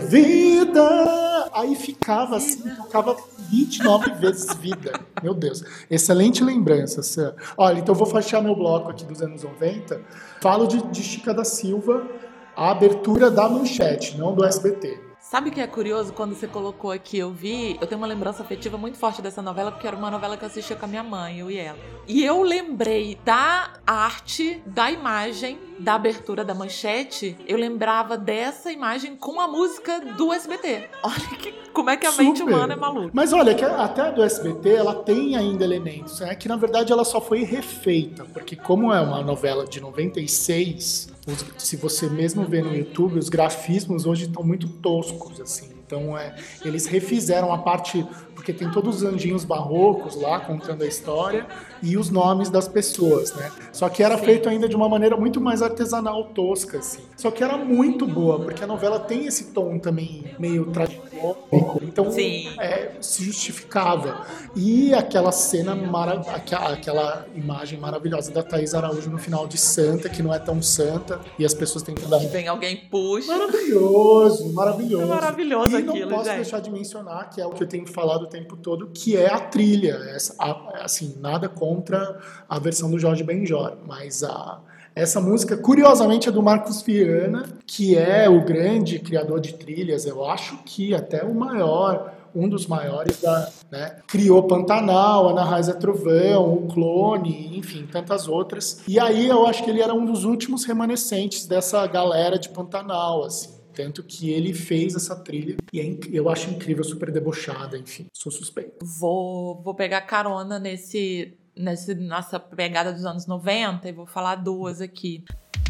C: vida, aí ficava assim, tocava vinte e nove vezes vida. Meu Deus, excelente lembrança, Sam. Olha, então eu vou fechar meu bloco aqui dos anos noventa. Falo de, de Chica da Silva, a abertura da Manchete, não do S B T.
A: Sabe o que é curioso? Quando você colocou aqui, eu vi... Eu tenho uma lembrança afetiva muito forte dessa novela, porque era uma novela que eu assistia com a minha mãe, eu e ela. E eu lembrei da arte, da imagem, da abertura da manchete. Eu lembrava dessa imagem com a música do S B T. Olha que, como é que a
C: Super.
A: mente humana é maluca.
C: Mas olha, que até a do S B T, ela tem ainda elementos, né? Que na verdade ela só foi refeita, porque como é uma novela de noventa e seis, os, se você mesmo vê no YouTube, os grafismos hoje estão muito toscos, assim. Então, é, eles refizeram a parte, porque tem todos os anjinhos barrocos lá contando a história e os nomes das pessoas, né? Só que era Sim. feito ainda de uma maneira muito mais artesanal, tosca, assim. Só que era muito boa, porque a novela tem esse tom também meio tragicômico, então é, se justificava. E aquela cena, mara- aquela, aquela imagem maravilhosa da Thaís Araújo no final de Santa, que não é tão santa, e as pessoas têm que dar...
A: Vem alguém puxa.
C: Maravilhoso, maravilhoso.
A: É maravilhoso.
C: E não
A: aquilo,
C: posso
A: gente.
C: deixar de mencionar, que é o que eu tenho falado o tempo todo, que é a trilha. Essa, a, assim, nada contra a versão do Jorge Benjor, mas a, essa música, curiosamente, é do Marcos Viana, que é o grande criador de trilhas, eu acho que até o maior, um dos maiores, da, né? Criou Pantanal, Ana Raiz é Trovão, O Clone, enfim, tantas outras. E aí eu acho que ele era um dos últimos remanescentes dessa galera de Pantanal, assim. Tanto que ele fez essa trilha e é inc- eu acho incrível, super debochada, enfim, sou suspeito.
A: Vou, vou pegar carona nesse, nesse, nessa pegada dos anos noventa e vou falar duas aqui.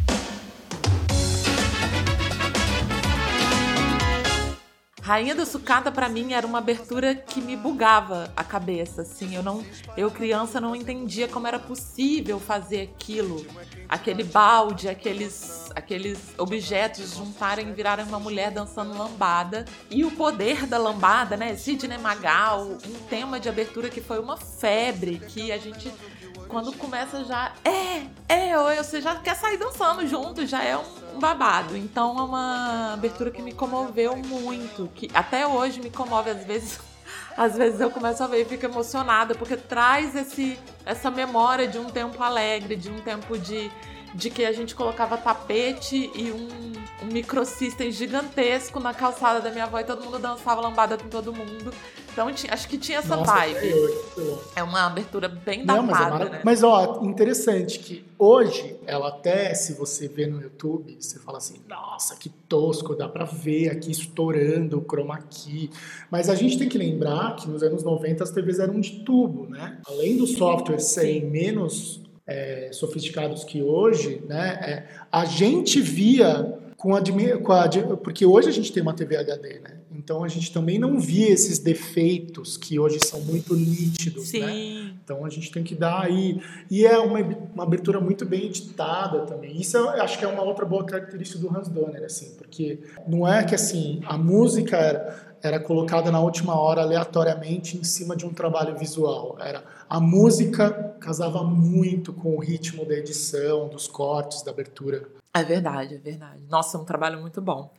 A: Rainha da Sucata, pra mim, era uma abertura que me bugava a cabeça, assim. Eu, não, eu criança, não entendia como era possível fazer aquilo. Aquele balde, aqueles, aqueles objetos juntarem e virarem uma mulher dançando lambada. E o poder da lambada, né? Sidney Magal, um tema de abertura que foi uma febre, que a gente... Quando começa já, é, é, ou você já quer sair dançando junto, já é um, um babado. Então é uma abertura que me comoveu muito, que até hoje me comove às vezes. Às vezes eu começo a ver e fico emocionada, porque traz esse, essa memória de um tempo alegre, de um tempo de, de que a gente colocava tapete e um, um microsystem gigantesco na calçada da minha avó e todo mundo dançava lambada com todo mundo. Então tinha, acho que tinha essa
C: Nossa,
A: vibe.
C: eu,
A: É uma abertura bem
C: Não,
A: datada,
C: mas, é marav-
A: né?
C: mas ó, interessante que hoje ela até, se você vê no YouTube, você fala assim, nossa, que tosco, dá pra ver aqui estourando o chroma key. Mas a gente tem que lembrar que nos anos noventa as T Vs eram de tubo, né? Além dos softwares serem menos é, sofisticados que hoje, né? É, a gente via com a, com a... Porque hoje a gente tem uma T V H D, né? Então a gente também não via esses defeitos que hoje são muito nítidos,
A: Sim.
C: né? Então a gente tem que dar aí... E é uma, uma abertura muito bem editada também. Isso eu acho que é uma outra boa característica do Hans Donner, assim, porque não é que assim, a música era, era colocada na última hora aleatoriamente em cima de um trabalho visual. Era, a música casava muito com o ritmo da edição, dos cortes, da abertura.
A: É verdade, é verdade. Nossa, é um trabalho muito bom.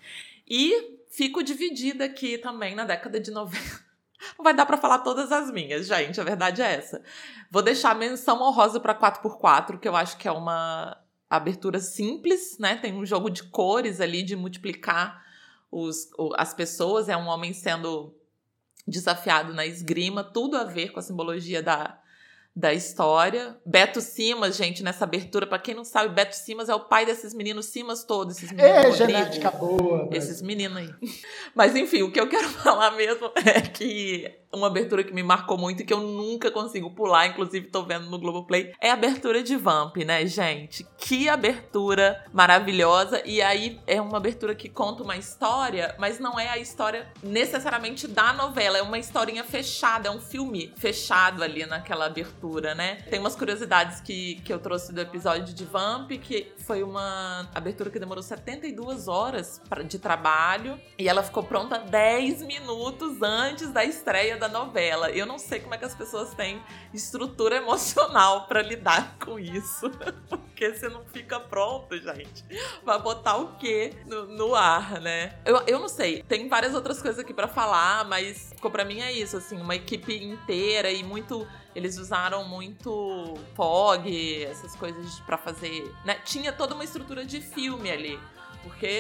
A: E fico dividida aqui também na década de noventa. Não vai dar pra falar todas as minhas, gente, a verdade é essa. Vou deixar a menção honrosa pra quatro por quatro, que eu acho que é uma abertura simples, né? Tem um jogo de cores ali, de multiplicar os, as pessoas. É um homem sendo desafiado na esgrima, tudo a ver com a simbologia da... da história. Beto Simas, gente, nessa abertura, pra quem não sabe, Beto Simas é o pai desses meninos Simas todos, esses meninos
C: É,
A: Rodrigo,
C: genética boa. Mas...
A: esses meninos aí. Mas enfim, o que eu quero falar mesmo é que uma abertura que me marcou muito e que eu nunca consigo pular, inclusive tô vendo no Globoplay, é a abertura de Vamp, né, gente? Que abertura maravilhosa. E aí é uma abertura que conta uma história, mas não é a história necessariamente da novela, é uma historinha fechada, é um filme fechado ali naquela abertura, né? Tem umas curiosidades que, que eu trouxe do episódio de Vamp, que foi uma abertura que demorou setenta e duas horas de trabalho e ela ficou pronta dez minutos antes da estreia da novela. Eu não sei como é que as pessoas têm estrutura emocional pra lidar com isso. Porque você não fica pronto, gente. Vai botar o quê no, no ar, né? Eu, eu não sei. Tem várias outras coisas aqui pra falar, mas ficou pra mim é isso, assim, uma equipe inteira e muito... Eles usaram muito fog, essas coisas pra fazer... Né? Tinha toda uma estrutura de filme ali. Porque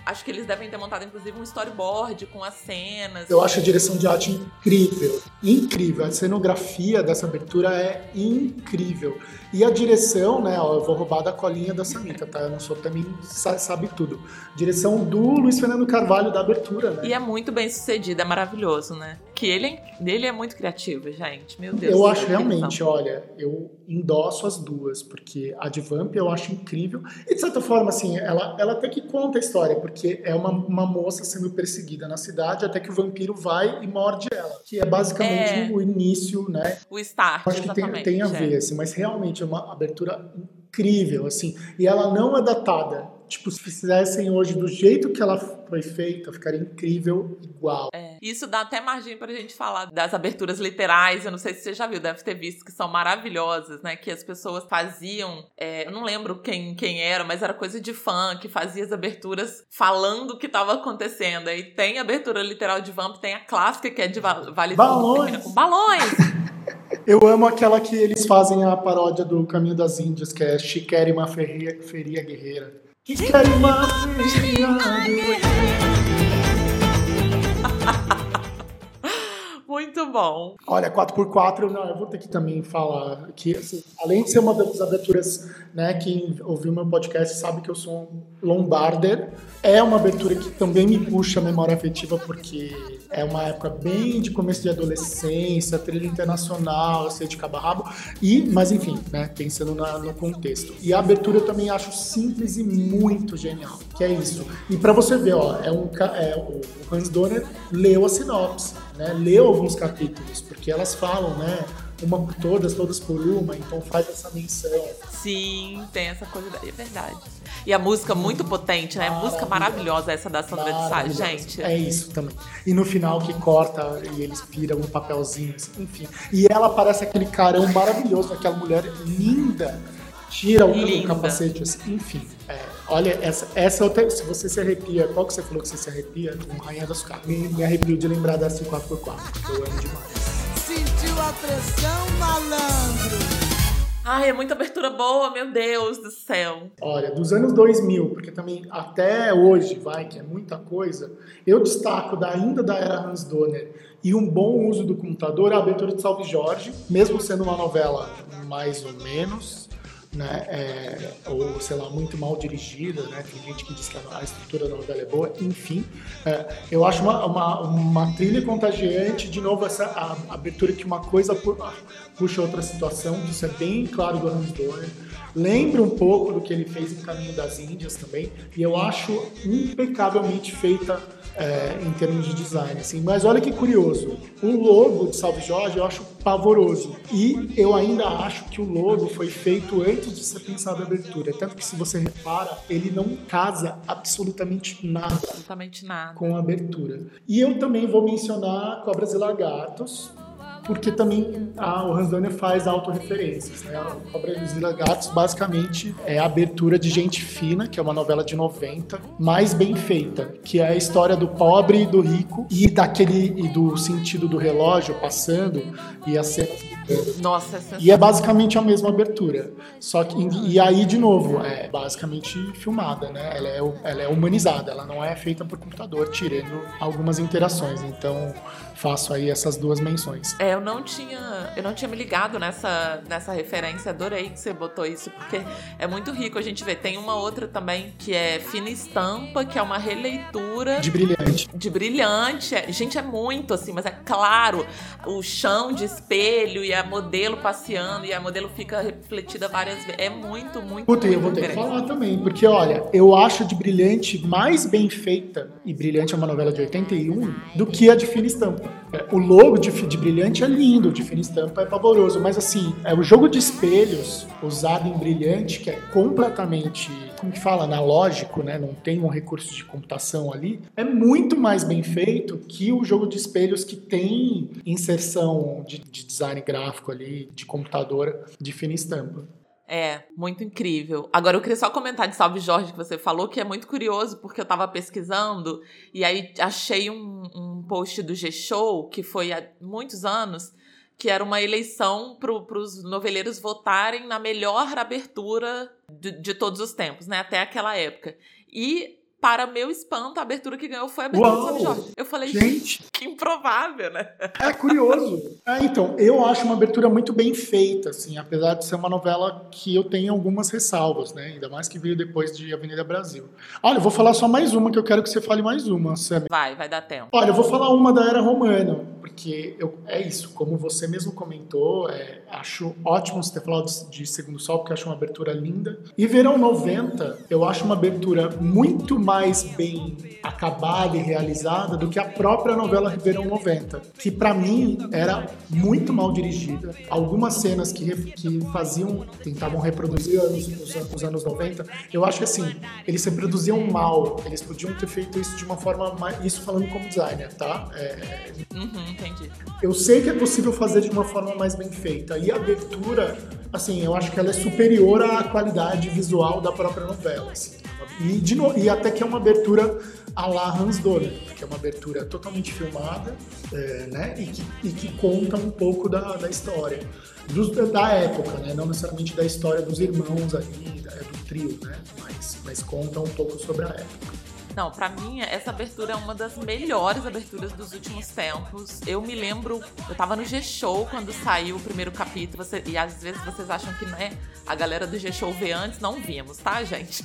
A: Acho que eles devem ter montado, inclusive, um storyboard com as cenas.
C: Eu acho a direção de arte incrível. Incrível. A cenografia dessa abertura é incrível. E a direção, né? Ó, eu vou roubar da colinha da Samita, tá? Eu não sou também, sabe tudo. Direção do Luiz Fernando Carvalho da abertura, né?
A: E é muito bem sucedido, é maravilhoso, né? Que ele, ele é muito criativo, gente. Meu Deus.
C: Eu acho realmente, olha, eu endosso as duas, porque a de Vamp eu acho incrível. E de certa forma, assim, ela, ela até que conta a história, porque é uma, uma moça sendo perseguida na cidade até que o vampiro vai e morde ela. Que é basicamente
A: É.
C: o início, né?
A: O start,
C: Acho que tem,
A: exatamente.
C: tem a
A: é.
C: ver, assim, mas realmente é uma abertura incrível, assim. E ela não é datada. Tipo, se fizessem hoje do jeito que ela foi feita, ficaria incrível igual.
A: É. Isso dá até margem pra gente falar das aberturas literais. Eu não sei se você já viu, deve ter visto, que são maravilhosas, né? Que as pessoas faziam, é, eu não lembro quem, quem era, mas era coisa de fã, que fazia as aberturas falando o que estava acontecendo. Aí tem a abertura literal de Vamp, tem a clássica, que é de Va- Vale Tudo, que termina com balões.
C: Eu amo aquela que eles fazem a paródia do Caminho das Índias, que é Chiquérima Feria, Feria Guerreira. Chiquérima Feria Guerreira.
A: Muito bom.
C: Olha, quatro por quatro, não, eu vou ter que também falar que, assim, além de ser uma das aberturas, né, quem ouviu meu podcast sabe que eu sou um lombarder, é uma abertura que também me puxa a memória afetiva, porque é uma época bem de começo de adolescência, trilha internacional, eu sei de cabo a rabo, e, mas enfim, né, pensando na, no contexto. E a abertura eu também acho simples e muito genial, que é isso. E pra você ver, ó, é um, ca- é, o Hans Donner leu a sinopse, né, leu alguns capítulos, porque elas falam, né, uma por todas, todas por uma, então faz essa menção.
A: Sim, tem essa coisa, da- é verdade. E a música muito potente, né? Música maravilhosa essa da Sandra de Sá,
C: Maravilhosa.
A: gente.
C: É isso também. E no final que corta e eles viram um papelzinho, assim, enfim. E ela parece aquele carão maravilhoso, aquela mulher linda, tira o,
A: Linda.
C: o capacete, assim, enfim. É, olha, essa, essa outra, se você se arrepia, qual que você falou que você se arrepia? Com Rainha das Cartas. Me, me arrepio de lembrar dessa quatro por quatro, que eu amo demais.
B: Sentiu a pressão, malandro?
A: Ai, é muita abertura boa, meu Deus do céu.
C: Olha, dos anos dois mil, porque também até hoje, vai, que é muita coisa, eu destaco da, ainda da era Hans Donner e um bom uso do computador, a abertura de Salve Jorge, mesmo sendo uma novela mais ou menos, né, é, ou sei lá, muito mal dirigida, né, tem gente que diz que a estrutura da novela é boa, enfim, é, eu acho uma, uma, uma trilha contagiante, de novo, essa a, a abertura que uma coisa pu- puxa outra situação, isso é bem claro do Hans Donner, lembra um pouco do que ele fez em Caminho das Índias também, e eu acho impecavelmente feita é, em termos de design, assim. Mas olha que curioso, o logo de Salve Jorge eu acho pavoroso, e eu ainda acho que o logo foi feito antes de ser pensado a abertura, tanto que se você repara, ele não casa absolutamente nada
A: Absolutamente nada.
C: com a abertura. E eu também vou mencionar Cobras e Lagartos, porque também ah, o Hans Donner faz autorreferências, né? O Cobras e Lagartos basicamente é a abertura de Gente Fina, que é uma novela de noventa, mais bem feita, que é a história do pobre e do rico e daquele e do sentido do relógio passando e as cenas.
A: Nossa, essa
C: E é basicamente a mesma abertura. Só que, e aí, de novo, é basicamente filmada, né? Ela é, ela é humanizada, ela não é feita por computador, tirando algumas interações. Então, faço aí essas duas menções.
A: É, eu não tinha, eu não tinha me ligado nessa, nessa referência, adorei que você botou isso, porque é muito rico a gente ver. Tem uma outra também que é Fina Estampa, que é uma releitura
C: De Brilhante.
A: de Brilhante. É- gente, é muito assim, mas é claro, o chão de espelho e a modelo passeando e a modelo fica refletida várias vezes. É muito, muito,
C: Puta, e eu
A: muito
C: vou ter que
A: diferente.
C: falar também, porque olha, eu acho de Brilhante mais bem feita, e Brilhante é uma novela de oitenta e um, do que a de Fina Estampa. É, o logo de, Fi- de Brilhante é lindo, de Fina Estampa é pavoroso, mas assim, é o jogo de espelhos usado em Brilhante, que é completamente, como que fala, analógico, né? Não tem um recurso de computação ali, é muito mais bem feito que o jogo de espelhos que tem inserção de, de design gráfico ali, de computador, de Fina Estampa.
A: É, muito incrível. Agora, eu queria só comentar de Salve Jorge que você falou, que é muito curioso, porque eu tava pesquisando e aí achei um, um post do G-Show, que foi há muitos anos, que era uma eleição para os noveleiros votarem na melhor abertura de, de todos os tempos, né? Até aquela época. E para meu espanto, a abertura que ganhou foi a abertura
C: Uau!
A: do Salve Jorge. Eu falei,
C: Gente,
A: que improvável, né?
C: é curioso. É, então, eu acho uma abertura muito bem feita, assim, apesar de ser uma novela que eu tenho algumas ressalvas, né? Ainda mais que veio depois de Avenida Brasil. Olha, eu vou falar só mais uma, que eu quero que você fale mais uma, Sammy.
A: Vai, vai dar tempo.
C: Olha, eu vou falar uma da Era Romana, porque eu, é isso, como você mesmo comentou, é, acho ótimo você ter falado de Segundo Sol, porque eu acho uma abertura linda. E Verão noventa, eu acho uma abertura muito mais bem acabada e realizada do que a própria novela Verão noventa, que pra mim era muito mal dirigida. Algumas cenas que, que faziam, tentavam reproduzir os, os, os anos noventa, eu acho que assim, eles reproduziam mal, eles podiam ter feito isso de uma forma mais, isso falando como designer, tá? É,
A: Uhum, entendi.
C: eu sei que é possível fazer de uma forma mais bem feita, e a abertura, assim, eu acho que ela é superior à qualidade visual da própria novela, assim. E, de no... e até que é uma abertura à la Hans Donner, que é uma abertura totalmente filmada, é, né, e que, e que conta um pouco da, da história dos, da época, né, não necessariamente da história dos irmãos ali, do trio, né, mas, mas conta um pouco sobre a época.
A: Não, pra mim, essa abertura é uma das melhores aberturas dos últimos tempos. Eu me lembro, eu tava no G-Show quando saiu o primeiro capítulo, você, e às vezes vocês acham que, né, a galera do G-Show vê antes, não vimos, tá, gente?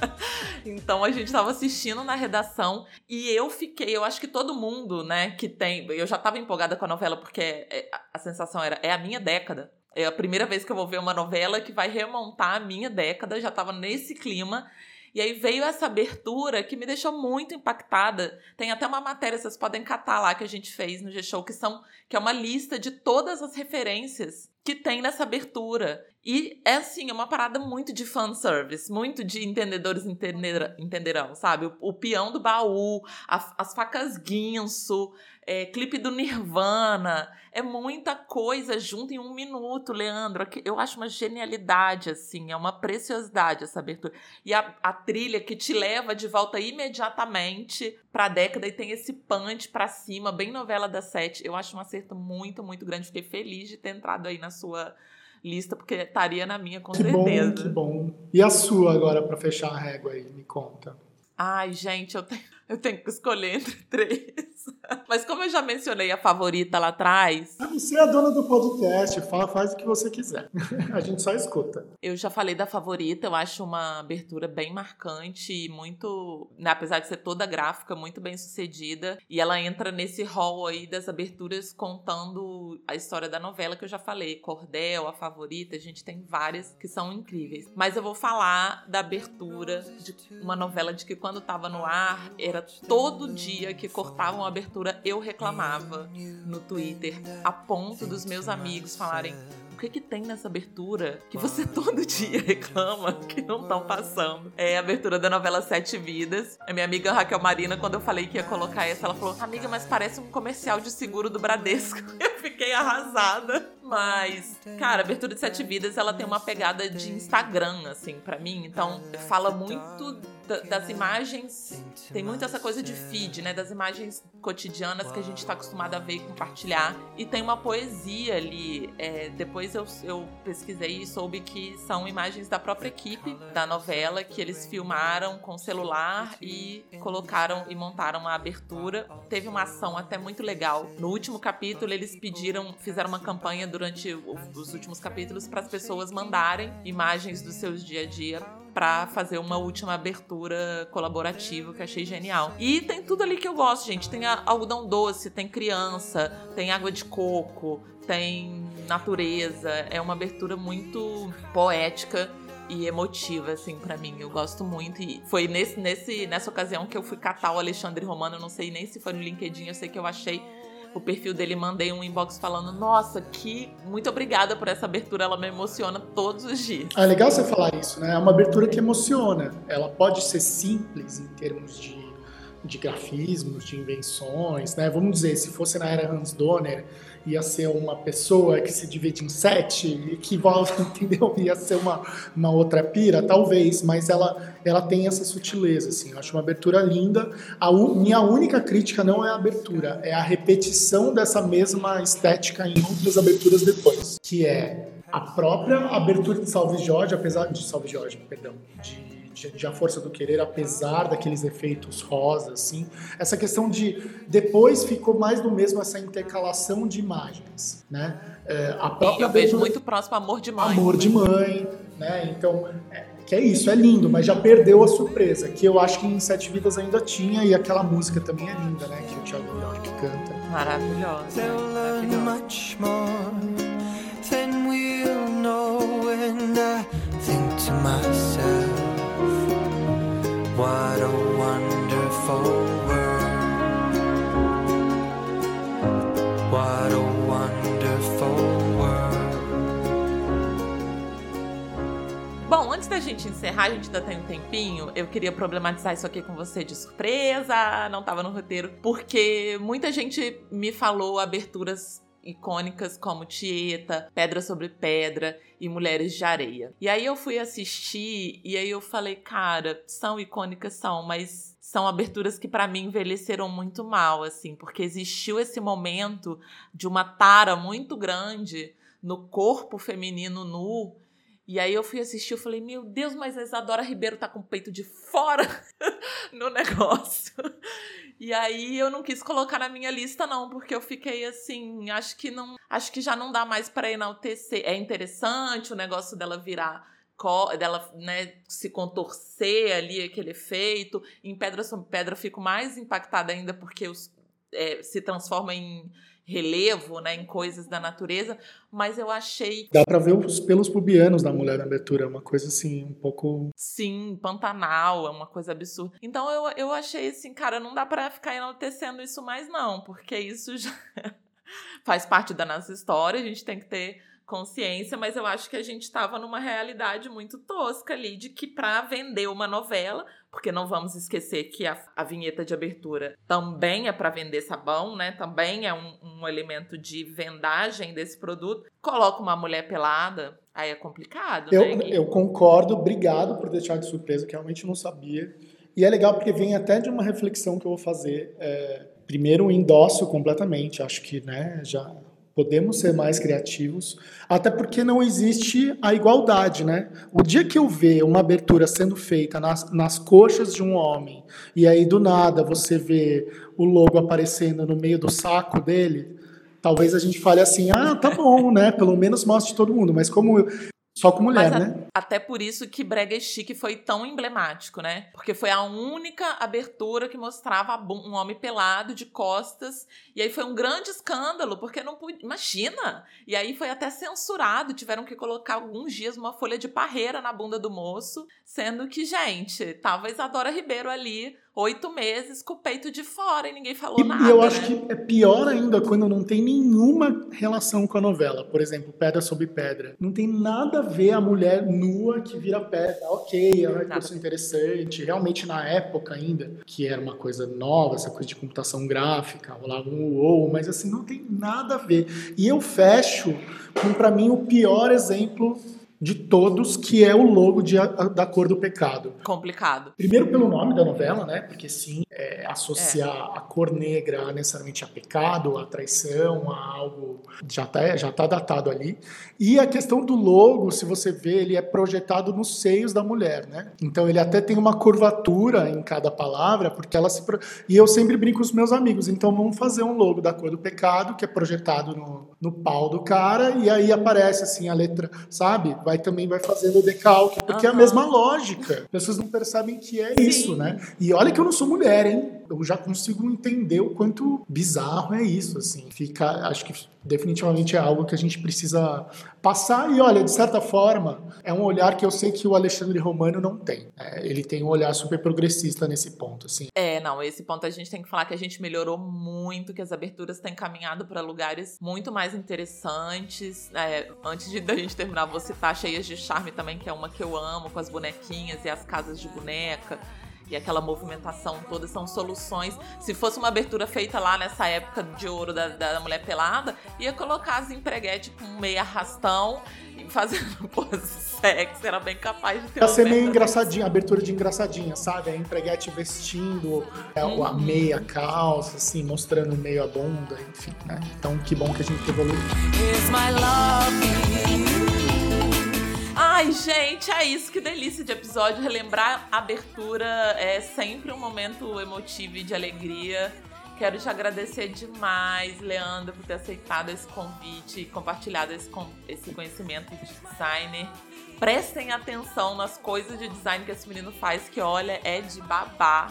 A: Então a gente tava assistindo na redação e eu fiquei, eu acho que todo mundo, né, que tem... Eu já tava empolgada com a novela porque é, a sensação era, é a minha década. É a primeira vez que eu vou ver uma novela que vai remontar a minha década, já tava nesse clima. E aí veio essa abertura que me deixou muito impactada. Tem até uma matéria, vocês podem catar lá, que a gente fez no G-Show, que, são, que é uma lista de todas as referências que tem nessa abertura. E é, assim, é uma parada muito de fanservice, muito de entendedores entender, entenderão, sabe? O, o peão do baú, a, as facas guinso, é, clipe do Nirvana, é muita coisa junto em um minuto, Leandro. Eu acho uma genialidade, assim, é uma preciosidade essa abertura. E a, a trilha que te leva de volta imediatamente pra década e tem esse punch pra cima, bem novela das sete. Eu acho um acerto muito, muito grande. Fiquei feliz de ter entrado aí na sua lista, porque estaria na minha, com
C: que
A: certeza.
C: Que bom, que bom. E a sua agora, pra fechar a régua aí, me conta.
A: Ai, gente, eu tenho, eu tenho que escolher entre três. Mas como eu já mencionei a favorita lá atrás...
C: Ah, você é a dona do podcast, fala, faz o que você quiser. A gente só escuta.
A: Eu já falei da favorita, eu acho uma abertura bem marcante e muito... Né, apesar de ser toda gráfica, muito bem sucedida. E ela entra nesse hall aí das aberturas contando a história da novela que eu já falei. Cordel, a favorita, a gente tem várias que são incríveis. Mas eu vou falar da abertura de uma novela de que quando tava no ar, era todo dia que cortavam a abertura, eu reclamava no Twitter, a ponto dos meus amigos falarem: o que que tem nessa abertura que você todo dia reclama que não estão passando? É a abertura da novela Sete Vidas. A minha amiga Raquel Marina, quando eu falei que ia colocar essa, ela falou: amiga, mas parece um comercial de seguro do Bradesco. Eu fiquei arrasada. Mas, cara, a abertura de Sete Vidas, ela tem uma pegada de Instagram, assim, pra mim. Então, fala muito da, das imagens, tem muito essa coisa de feed, né? Das imagens cotidianas que a gente tá acostumado a ver e compartilhar. E tem uma poesia ali. É, depois eu, eu pesquisei e soube que são imagens da própria equipe da novela, que eles filmaram com celular e colocaram e montaram a abertura. Teve uma ação até muito legal. No último capítulo, eles pediram, fizeram uma campanha do durante os últimos capítulos para as pessoas mandarem imagens dos seus dia a dia para fazer uma última abertura colaborativa, que eu achei genial. E tem tudo ali que eu gosto, gente. Tem algodão doce, tem criança, tem água de coco, tem natureza. É uma abertura muito poética e emotiva, assim, pra mim. Eu gosto muito. E foi nesse, nesse, nessa ocasião que eu fui catar o Alexandre Romano. Eu não sei nem se foi no LinkedIn, eu sei que eu achei o perfil dele, mandei um inbox falando: nossa, que muito obrigada por essa abertura, ela me emociona todos os dias.
C: É legal você falar isso, né? É uma abertura que emociona. Ela pode ser simples em termos de, de grafismos, de invenções, né? Vamos dizer, se fosse na era Hans Donner, ia ser uma pessoa que se divide em sete, e que volta, entendeu? Ia ser uma, uma outra pira, talvez, mas ela, ela tem essa sutileza, assim. Eu acho uma abertura linda. A un, minha única crítica não é a abertura, é a repetição dessa mesma estética em outras aberturas depois, que é a própria abertura de Salve Jorge, apesar de Salve Jorge, perdão, de de, de A Força do Querer, apesar daqueles efeitos rosa, assim. Essa questão de... Depois ficou mais do mesmo essa intercalação de imagens, né? É, a própria
A: eu vejo muito próximo Amor de Mãe.
C: Amor de Mãe, né? Então, é, que é isso, é lindo, mas já perdeu a surpresa, que eu acho que em Sete Vidas ainda tinha, e aquela música também é linda, né? Que o Thiago York canta.
A: Maravilhosa.
E: What a wonderful world. What a wonderful world.
A: Bom, antes da gente encerrar, a gente ainda tem um tempinho, eu queria problematizar isso aqui com você de surpresa, não tava no roteiro, porque muita gente me falou aberturas icônicas como Tieta, Pedra sobre Pedra e Mulheres de Areia. E aí eu fui assistir e aí eu falei, cara, são icônicas, são, mas são aberturas que pra mim envelheceram muito mal, assim, porque existiu esse momento de uma tara muito grande no corpo feminino nu. E aí eu fui assistir e falei, meu Deus, mas a Isadora Ribeiro tá com o peito de fora no negócio. E aí eu não quis colocar na minha lista não, porque eu fiquei assim, acho que não, acho que já não dá mais pra enaltecer. É interessante o negócio dela virar, dela, né, se contorcer ali, aquele efeito. Em Pedra sobre Pedra eu fico mais impactada ainda porque os, é, se transforma em relevo, né, em coisas da natureza, mas eu achei...
C: Dá pra ver os pelos pubianos da mulher na abertura, é uma coisa assim, um pouco...
A: Sim, Pantanal, é uma coisa absurda. Então eu, eu achei assim, cara, não dá pra ficar enaltecendo isso mais não, porque isso já faz parte da nossa história, a gente tem que ter consciência, mas eu acho que a gente estava numa realidade muito tosca ali, de que pra vender uma novela, porque não vamos esquecer que a, a vinheta de abertura também é para vender sabão, né? Também é um, um elemento de vendagem desse produto. Coloca uma mulher pelada, aí é complicado,
C: eu,
A: né? Gui?
C: Eu concordo, obrigado por deixar de surpresa, que realmente não sabia. E é legal porque vem até de uma reflexão que eu vou fazer. É, primeiro, endosso completamente, acho que, né, já... Podemos ser mais criativos, até porque não existe a igualdade, né? O dia que eu ver uma abertura sendo feita nas, nas coxas de um homem, e aí do nada você vê o logo aparecendo no meio do saco dele, talvez a gente fale assim, ah, tá bom, né? Pelo menos mostre todo mundo, mas como... Só com mulher,
A: Mas a,
C: né?
A: Até por isso que Brega Chique foi tão emblemático, né? Porque foi a única abertura que mostrava um homem pelado de costas. E aí foi um grande escândalo, porque não podia... Imagina! E aí foi até censurado. Tiveram que colocar alguns dias uma folha de parreira na bunda do moço. Sendo que, gente, tava Isadora Ribeiro ali... Oito meses com o peito de fora e ninguém falou
C: e,
A: nada.
C: E eu acho
A: né?
C: que é pior ainda quando não tem nenhuma relação com a novela. Por exemplo, Pedra sobre Pedra. Não tem nada a ver a mulher nua que vira pedra. Ok, é uma coisa interessante. Realmente na época ainda, que era uma coisa nova, essa coisa de computação gráfica, rolava um uou, mas assim, não tem nada a ver. E eu fecho com, pra mim, o pior exemplo de todos, que é o logo de a, a, da Cor do Pecado.
A: Complicado.
C: Primeiro pelo nome da novela, né? Porque sim, é, associar é. a cor negra necessariamente a pecado, a traição, a algo já tá, já tá datado ali. E a questão do logo, se você vê, ele é projetado nos seios da mulher, né? Então ele até tem uma curvatura em cada palavra, porque ela se... Pro... E eu sempre brinco com os meus amigos, então vamos fazer um logo da Cor do Pecado, que é projetado no, no pau do cara, e aí aparece assim a letra, sabe? Vai, também vai fazendo o decalque, porque uhum. é a mesma lógica. As pessoas não percebem que é Sim. isso, né? E olha que eu não sou mulher, hein? Eu já consigo entender o quanto bizarro é isso, assim. Fica, acho que definitivamente é algo que a gente precisa passar. E olha, de certa forma, é um olhar que eu sei que o Alexandre Romano não tem. É, ele tem um olhar super progressista nesse ponto, assim.
A: É, não, esse ponto a gente tem que falar que a gente melhorou muito, que as aberturas têm caminhado para lugares muito mais interessantes. É, antes de da gente terminar, vou citar Cheias de Charme também, que é uma que eu amo, com as bonequinhas e as casas de boneca. E aquela movimentação toda, são soluções. Se fosse uma abertura feita lá nessa época de ouro da, da mulher pelada, ia colocar as empreguetes com meio arrastão e fazendo pose sexy, era bem capaz de ter...
C: Ia ser meio engraçadinha, abertura de engraçadinha, sabe? A empreguete vestindo uhum. a meia calça, assim, mostrando meio a bunda, enfim, né? Então, que bom que a gente evoluiu.
A: Ah, Ai, gente, é isso. Que delícia de episódio. Relembrar a abertura é sempre um momento emotivo e de alegria. Quero te agradecer demais, Leandro, por ter aceitado esse convite e compartilhado esse, esse conhecimento de designer. Prestem atenção nas coisas de design que esse menino faz, que, olha, é de babá.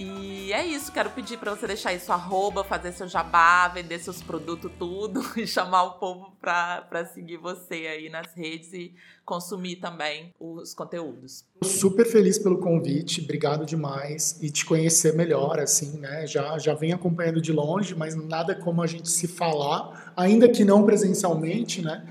A: E é isso, quero pedir pra você deixar aí sua arroba, fazer seu jabá, vender seus produtos tudo e chamar o povo pra, pra seguir você aí nas redes e consumir também os conteúdos.
C: Super feliz pelo convite, obrigado demais, e te conhecer melhor, assim, né, já, já venho acompanhando de longe, mas nada como a gente se falar, ainda que não presencialmente, né.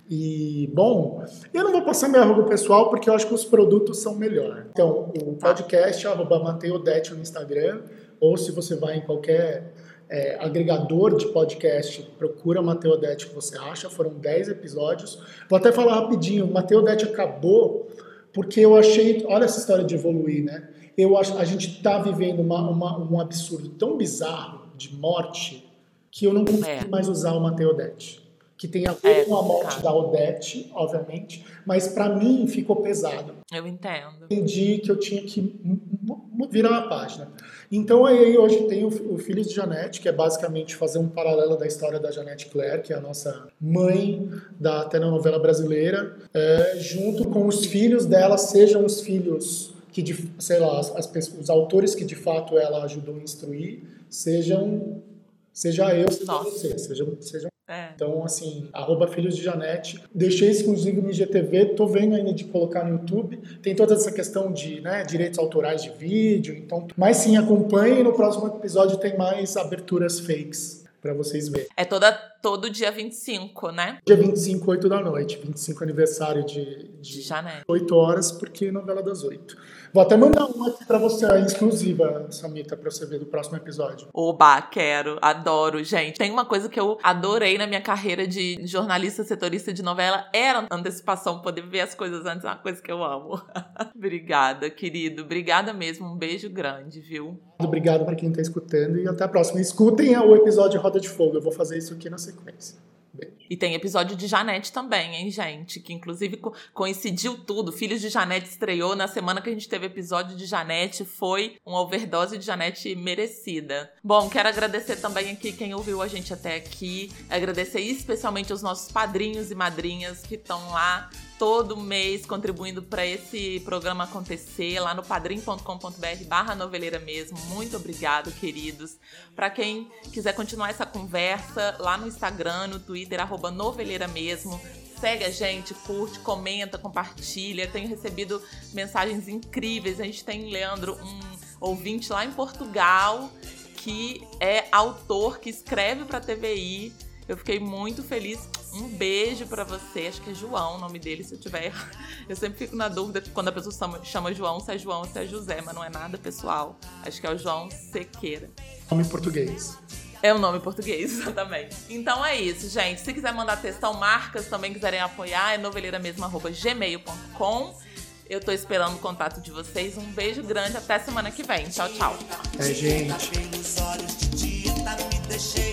C: E, bom, eu não vou passar minha arroba pessoal porque eu acho que os produtos são melhor. Então, o podcast é arroba Mateodete no Instagram, ou se você vai em qualquer é, agregador de podcast, procura Mateodete que você acha, foram dez episódios. Vou até falar rapidinho, o Mateodete acabou porque eu achei, olha essa história de evoluir, né? Eu acho, a gente tá vivendo uma, uma, um absurdo tão bizarro de morte que eu não consigo é. mais usar o Mateodete. Que tem a ver é, com a morte da Odete, obviamente, mas pra mim ficou pesado.
A: Eu entendo.
C: Entendi que eu tinha que virar uma página. Então aí hoje tem o Filhos de Janete, que é basicamente fazer um paralelo da história da Janete Claire, que é a nossa mãe da telenovela brasileira, é, junto com os filhos dela, sejam os filhos que, de, sei lá, as, as, os autores que de fato ela ajudou a instruir, sejam, seja eu, seja Nossa. você, sejam, sejam É. Então, assim, arroba Filhos de Janete. Deixei exclusivo no I G T V, tô vendo ainda de colocar no YouTube. Tem toda essa questão de, né, direitos autorais de vídeo. Então, mas sim, acompanhe. No próximo episódio tem mais aberturas fakes pra vocês verem.
A: É toda, todo dia vinte e cinco, né?
C: Dia vinte e cinco, oito da noite. vinte e cinco aniversário de, de
A: Janete.
C: oito horas, porque novela das oito. Vou até mandar uma aqui pra você, exclusiva, Samita, pra você ver do próximo episódio.
A: Oba, quero, adoro, gente. Tem uma coisa que eu adorei na minha carreira de jornalista setorista de novela, era antecipação, poder ver as coisas antes, é uma coisa que eu amo. Obrigada, querido, obrigada mesmo, um beijo grande, viu?
C: Obrigado pra quem tá escutando e até a próxima. Escutem o episódio Roda de Fogo, eu vou fazer isso aqui na sequência. Beijo.
A: E tem episódio de Janete também, hein, gente? Que inclusive co- coincidiu tudo. Filhos de Janete estreou na semana que a gente teve episódio de Janete. Foi uma overdose de Janete merecida. Bom, quero agradecer também aqui quem ouviu a gente até aqui. Agradecer especialmente aos nossos padrinhos e madrinhas que estão lá todo mês contribuindo para esse programa acontecer, lá no padrim.com.br barra noveleira mesmo. Muito obrigado, queridos. Para quem quiser continuar essa conversa, lá no Instagram, no Twitter, arroba noveleira mesmo. Segue a gente, curte, comenta, compartilha. Tenho recebido mensagens incríveis. A gente tem, Leandro, um ouvinte lá em Portugal que é autor, que escreve para a T V I. Eu fiquei muito feliz. Um beijo pra você. Acho que é João o nome dele, se eu tiver errado. Eu sempre fico na dúvida quando a pessoa chama, chama João, se é João ou se é José, mas não é nada pessoal. Acho que é o João Sequeira.
C: Nome em português.
A: É o nome em português, exatamente. Então é isso, gente. Se quiser mandar textão, marcas também quiserem apoiar, é noveleira mesmo arroba gmail ponto com. Eu tô esperando o contato de vocês. Um beijo grande, até semana que vem. Tchau, tchau.
C: É, gente.